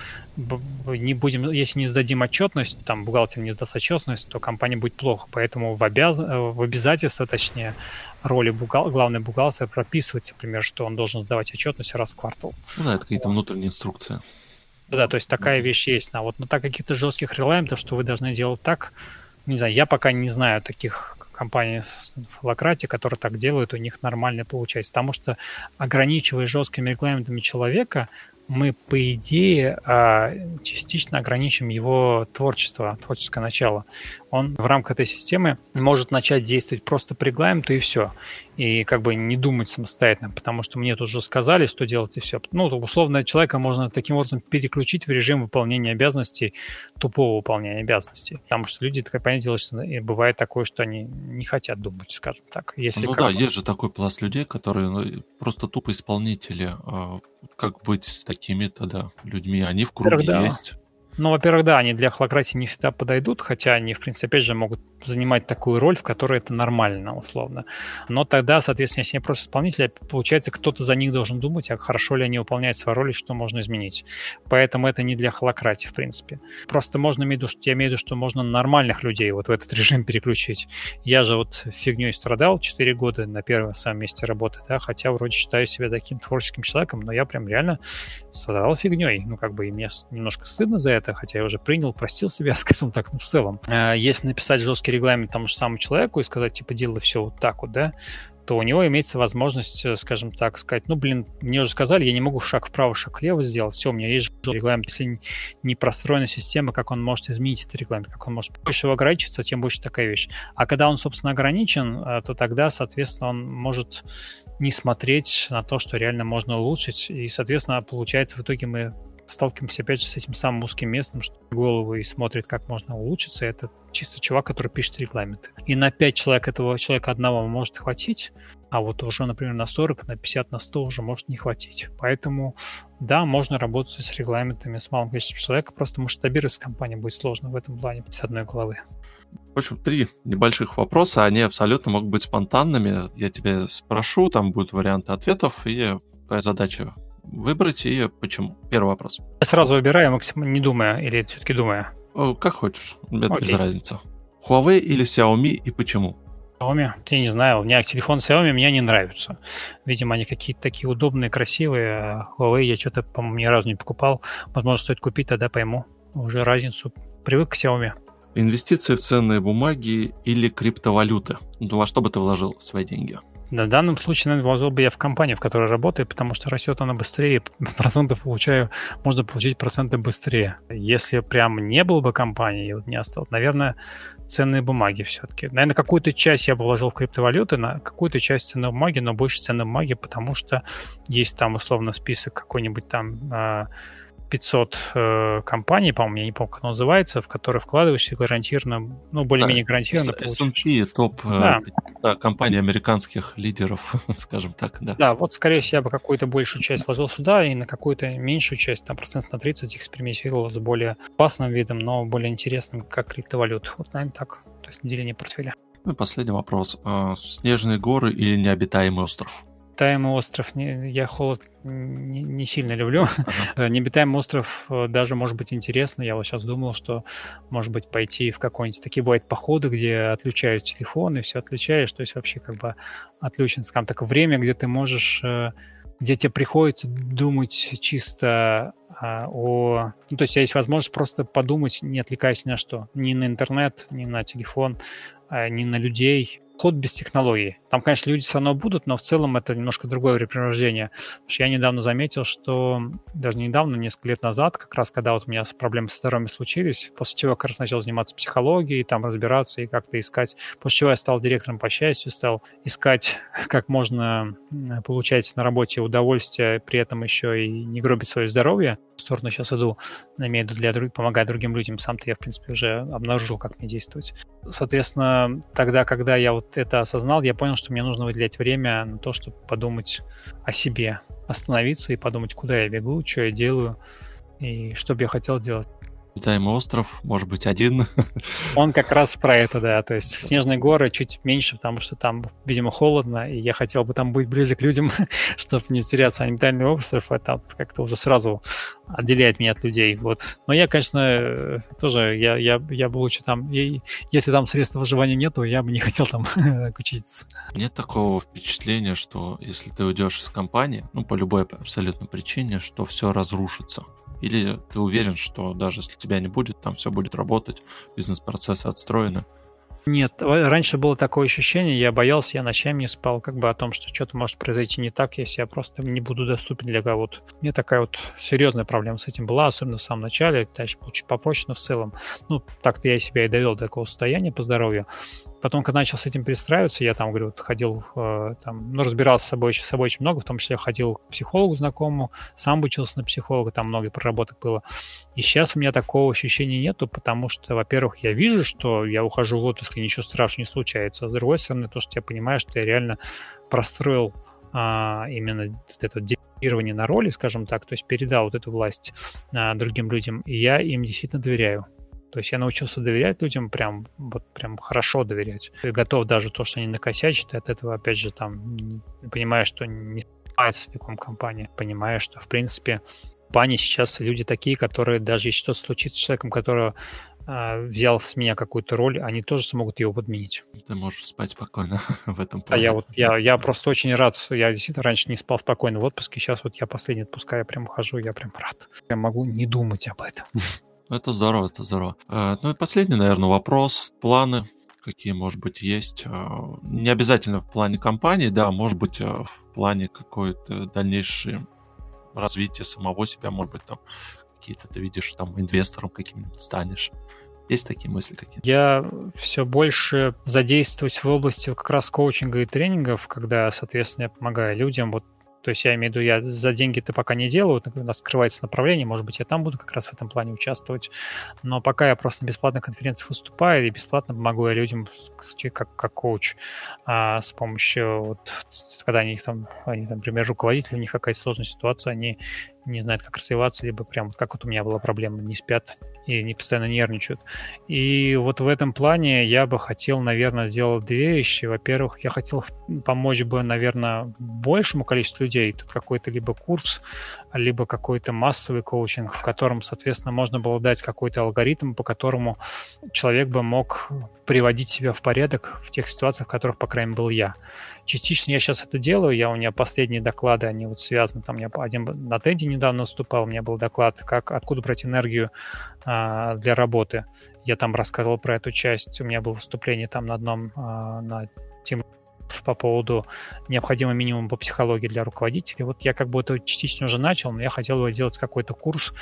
не будем... Если не сдадим отчетность, там, бухгалтер не сдаст отчетность, то компания будет плохо. Поэтому в, обяз... в обязательства, точнее, роли бухгал... главный бухгалтер прописывается, например, что он должен сдавать отчетность раз в квартал. Ну да, это какие-то внутренние инструкции. Да, то есть такая вещь есть. А вот на так каких-то жестких регламентов, что вы должны делать так, не знаю, я пока не знаю таких компаний в холократии, которые так делают, у них нормально получается. Потому что, ограничивая жесткими регламентами человека, мы, по идее, частично ограничим его творчество, творческое начало. Он в рамках этой системы может начать действовать просто по регламенту и все. И как бы не думать самостоятельно, потому что мне тут уже сказали, что делать и все. Ну, условно, человека можно таким образом переключить в режим выполнения обязанностей, тупого выполнения обязанностей. Потому что люди, так понятное дело, что бывает такое, что они не хотят думать, скажем так. Если ну как да, бы... есть же такой пласт людей, которые просто тупо исполнители. Как быть с такими тогда людьми? Они в круге да. есть. Ну, во-первых, да, они для холакратии не всегда подойдут, хотя они, в принципе, опять же, могут занимать такую роль, в которой это нормально, условно. Но тогда, соответственно, если они просто исполнители, получается, кто-то за них должен думать, а хорошо ли они выполняют свою роль и что можно изменить. Поэтому это не для холакратии, в принципе. Просто можно иметь в виду, что я имею в виду, что можно нормальных людей вот в этот режим переключить. Я же вот фигней страдал четыре года на первом самом месте работы, да, хотя вроде считаю себя таким творческим человеком, но я прям реально страдал фигней. Ну, как бы, и мне немножко стыдно за это, хотя я уже принял, простил себя, скажем так, ну, в целом. А если написать жесткий регламент тому же самому человеку и сказать, типа, делай все вот так вот, да, то у него имеется возможность, скажем так, сказать, ну, блин, мне уже сказали, я не могу шаг вправо, шаг влево сделать, все, у меня есть регламент. Если не простроена система, как он может изменить этот регламент, как он может больше его ограничиться, тем больше такая вещь. А когда он, собственно, ограничен, то тогда, соответственно, он может не смотреть на то, что реально можно улучшить, и, соответственно, получается, в итоге мы сталкиваемся, опять же, с этим самым узким местом, что голову и смотрит, как можно улучшиться. Это чисто чувак, который пишет регламенты. И на пять человек этого человека одного может хватить, а вот уже, например, на сорок, на пятьдесят, на сто уже может не хватить. Поэтому, да, можно работать с регламентами, с малым количеством человек, просто масштабировать компанию будет сложно в этом плане с одной головы. В общем, три небольших вопроса, они абсолютно могут быть спонтанными. Я тебе спрошу, там будут варианты ответов, и твоя задача выбрать и почему. Первый вопрос. Я сразу выбираю, максимум не думая, или все-таки думая? Как хочешь, без Окей. разницы. Huawei или Xiaomi и почему? Xiaomi? Я не знаю, у меня телефон Xiaomi мне не нравится. Видимо, они какие-то такие удобные, красивые, а Huawei я что-то, по-моему, ни разу не покупал. Возможно, стоит купить, тогда пойму уже разницу. Привык к Xiaomi. Инвестиции в ценные бумаги или криптовалюты? Ну, во что бы ты вложил свои деньги? В данном случае, наверное, вложил бы я в компанию, в которой работаю, потому что растет она быстрее, процентов получаю, можно получить проценты быстрее. Если прям не было бы компании, вот не осталось, наверное, ценные бумаги все-таки. Наверное, какую-то часть я бы вложил в криптовалюты, на какую-то часть ценной бумаги, но больше ценной бумаги, потому что есть там условно список какой-нибудь там пятьсот э, компаний, по-моему, я не помню, как оно называется, в которые вкладываешься гарантированно, ну, более-менее гарантированно получишь. эс энд пи, топ да. э, компаний американских лидеров, скажем так, да. Да, вот, скорее всего, я бы какую-то большую часть вложил сюда, и на какую-то меньшую часть, там, процент на тридцать экспериментировал с более опасным видом, но более интересным, как криптовалют. Вот, наверное, так. То есть деление портфеля. Ну и последний вопрос. Снежные горы или необитаемый остров? Необитаемый остров, не, я холод не, не сильно люблю. Uh-huh. Необитаемый остров даже может быть интересно. Я вот сейчас думал, что, может быть, пойти в какой-нибудь... Такие бывают походы, где отключают телефон, и все отключаешь. То есть вообще как бы отключен, скажем так, время, где ты можешь... где тебе приходится думать чисто а, о... Ну, то есть есть возможность просто подумать, не отвлекаясь ни на что. Ни на интернет, ни на телефон, а, ни на людей. Ход без технологий. Там, конечно, люди все равно будут, но в целом это немножко другое времяпрепровождение. Потому что я недавно заметил, что даже недавно, несколько лет назад, как раз когда вот у меня проблемы со здоровьем случились, после чего я как раз начал заниматься психологией, там разбираться и как-то искать. После чего я стал директором по счастью, стал искать, как можно получать на работе удовольствие, при этом еще и не гробить свое здоровье. В сторону сейчас иду, имею в виду для друг... помогать другим людям. Сам-то я, в принципе, уже обнаружил, как мне действовать. Соответственно, тогда, когда я вот это осознал, я понял, что мне нужно выделять время на то, чтобы подумать о себе, остановиться и подумать, куда я бегу, что я делаю и что бы я хотел делать. Необитаемый остров, может быть, один. Он как раз про это, да. То есть снежные горы чуть меньше, потому что там, видимо, холодно, и я хотел бы там быть ближе к людям, чтобы не теряться. А необитаемый остров это как-то уже сразу отделяет меня от людей. Вот. Но я, конечно, тоже, я, я, я бы лучше там, и, если там средств выживания нету, я бы не хотел там учиться. Нет такого впечатления, что если ты уйдешь из компании, ну, по любой абсолютно причине, что все разрушится. Или ты уверен, что даже если тебя не будет, там все будет работать, бизнес-процессы отстроены? Нет, раньше было такое ощущение, я боялся, я ночами не спал, как бы о том, что что-то может произойти не так, если я просто не буду доступен для кого-то. У меня такая вот серьезная проблема с этим была, особенно в самом начале, дальше чуть попроще, но в целом. Ну, так-то я себя и довел до такого состояния по здоровью. Потом, когда начал с этим перестраиваться, я там, говорю, вот ходил, э, там, ну, разбирался с собой, с собой очень много, в том числе ходил к психологу знакомому, сам учился на психолога, там много проработок было. И сейчас у меня такого ощущения нету, потому что, во-первых, я вижу, что я ухожу в отпуск, и ничего страшного не случается. А с другой стороны, то, что я понимаю, что я реально простроил а, именно вот это делегирование на роли, скажем так, то есть передал вот эту власть а, другим людям, и я им действительно доверяю. То есть я научился доверять людям, прям вот прям хорошо доверять. И готов даже то, что они накосячат, и от этого, опять же, там, понимая, что не справится в таком компании, понимая, что, в принципе, в компании сейчас люди такие, которые даже если что-то случится с человеком, который э, взял с меня какую-то роль, они тоже смогут его подменить. Ты можешь спать спокойно в этом А плане. я вот, я, я просто очень рад, я действительно раньше не спал спокойно в отпуске, сейчас вот я последний отпуска, я прям хожу, я прям рад. Я могу не думать об этом. Это здорово, это здорово. А, ну и последний, наверное, вопрос. Планы, какие, может быть, есть? А, не обязательно в плане компании, да, может быть, в плане какой-то дальнейшей развития самого себя, может быть, там какие-то ты видишь, там, инвестором каким-нибудь станешь. Есть такие мысли какие-то? Я все больше задействуюсь в области как раз коучинга и тренингов, когда, соответственно, я помогаю людям. Вот, то есть я имею в виду, я за деньги-то пока не делаю, у нас открывается направление, может быть, я там буду как раз в этом плане участвовать. Но пока я просто на бесплатных конференциях выступаю и бесплатно помогу я людям как, как коуч а, с помощью, вот, когда они там, они, там, например, руководители, у них какая-то сложная ситуация, они не знают, как развиваться, либо прям вот как вот у меня была проблема, не спят и не постоянно нервничают. И вот в этом плане я бы хотел, наверное, сделать две вещи. Во-первых, я хотел помочь бы, наверное, большему количеству людей. Тут какой-то либо курс, либо какой-то массовый коучинг, в котором, соответственно, можно было дать какой-то алгоритм, по которому человек бы мог приводить себя в порядок в тех ситуациях, в которых, по крайней мере, был я. Частично я сейчас это делаю, я, у меня последние доклады, они вот связаны, там я один на Теди недавно выступал, у меня был доклад, как, откуда брать энергию а, для работы. Я там рассказывал про эту часть, у меня было выступление там на одном, а, на тему по поводу необходимого минимума по психологии для руководителей. Вот я как бы это частично уже начал, но я хотел бы делать какой-то курс,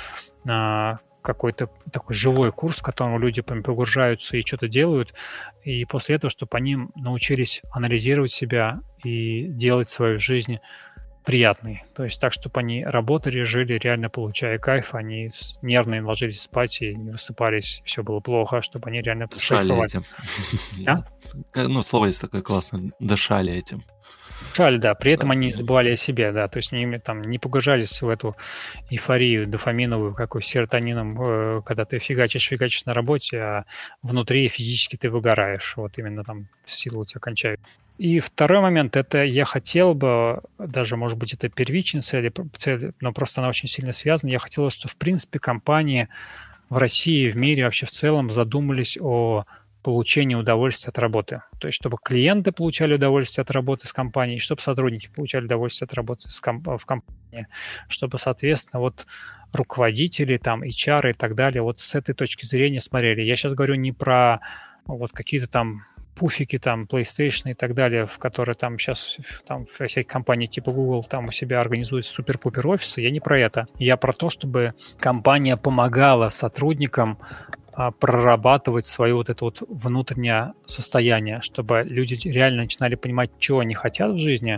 а, какой-то такой живой курс, в котором люди погружаются и что-то делают, и после этого, чтобы они научились анализировать себя и делать свою жизнь приятной. То есть так, чтобы они работали, жили, реально получая кайф, они нервно ложились спать и не высыпались, все было плохо, чтобы они реально кайфовали. Дышали этим. А? Ну, слово есть такое классное. Дышали этим. Дышали, да. При этом да. они забывали о себе, да. То есть они там не погружались в эту эйфорию дофаминовую, какой серотонином, когда ты фигачишь, фигачишь на работе, а внутри физически ты выгораешь. Вот именно там силы у тебя кончают. И второй момент, это я хотел бы, даже, может быть, это первичная цель, цель, но просто она очень сильно связана. Я хотел, чтобы, в принципе, компании в России, в мире вообще в целом задумались о получении удовольствия от работы. То есть, чтобы клиенты получали удовольствие от работы с компанией, чтобы сотрудники получали удовольствие от работы с комп- в компании, чтобы, соответственно, вот руководители, там, эйч ар и так далее, вот с этой точки зрения смотрели. Я сейчас говорю не про вот какие-то там пуфики, там, PlayStation и так далее, в которые там сейчас там всякие компании типа Google там у себя организуют супер-пупер офисы. Я не про это. Я про то, чтобы компания помогала сотрудникам а, прорабатывать свое вот это вот внутреннее состояние, чтобы люди реально начинали понимать, чего они хотят в жизни,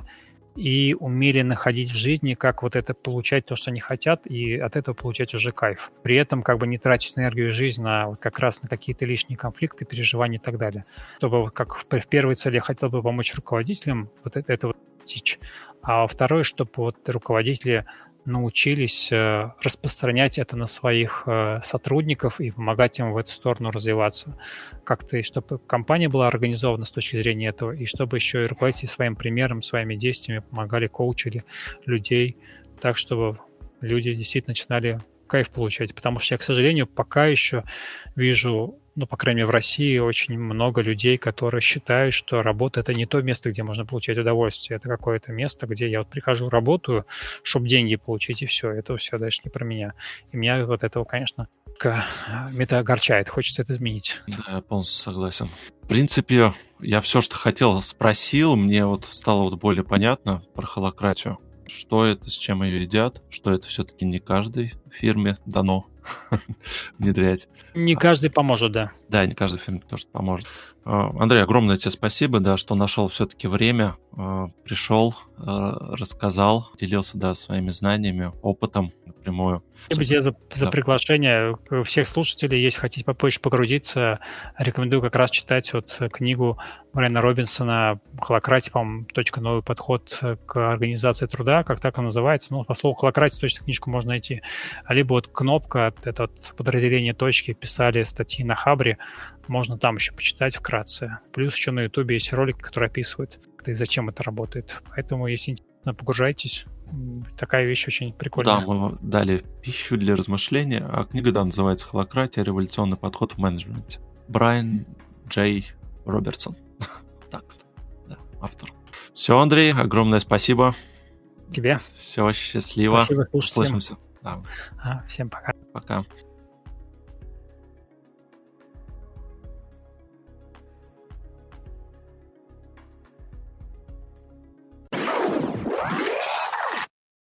и умели находить в жизни, как вот это получать то, что они хотят, и от этого получать уже кайф. При этом как бы не тратить энергию и жизнь на вот как раз на какие-то лишние конфликты, переживания и так далее. Чтобы вот как в, в первой цели я хотел бы помочь руководителям вот это, это вот достичь, а во второй, чтобы вот руководители научились э, распространять это на своих э, сотрудников и помогать им в эту сторону развиваться. Как-то, и чтобы компания была организована с точки зрения этого, и чтобы еще и руководители своим примером, своими действиями помогали, коучили людей так, чтобы люди действительно начинали кайф получать. Потому что я, к сожалению, пока еще вижу, ну, по крайней мере, в России очень много людей, которые считают, что работа — это не то место, где можно получать удовольствие. Это какое-то место, где я вот прихожу, работаю, чтобы деньги получить, и все. Это все дальше не про меня. И меня вот этого, конечно, меня это огорчает. Хочется это изменить. Да, я полностью согласен. В принципе, я все, что хотел, спросил. Мне вот стало вот более понятно про холакратию. Что это, с чем ее едят, что это все-таки не каждой фирме дано внедрять. Не каждый поможет, да. Да, не каждый фильм тоже поможет. Андрей, огромное тебе спасибо, да, что нашел все-таки время, пришел, рассказал, делился, да, своими знаниями, опытом напрямую. Спасибо тебе за, за да. приглашение. Всех слушателей, если хотите попозже погрузиться, рекомендую как раз читать вот книгу Брайана Робинсона «Холакратия», по-моему, точка новый подход к организации труда, как так она называется. Ну, по слову «Холакратия» точно книжку можно найти. Либо вот «Кнопка», это вот подразделение «Точки», писали статьи на Хабре, можно там еще почитать вкратце. Плюс еще на Ютубе есть ролики, которые описывают, и зачем это работает. Поэтому, если интересно, погружайтесь. Такая вещь очень прикольная. Да, мы дали пищу для размышления, а книга, да, называется «Холакратия. Революционный подход в менеджменте». Брайан Джей Робертсон. Так, да, автор. Все, Андрей, огромное спасибо. Тебе. Все, счастливо. Спасибо, слушателям. Услышимся. Да. А, всем пока. Пока.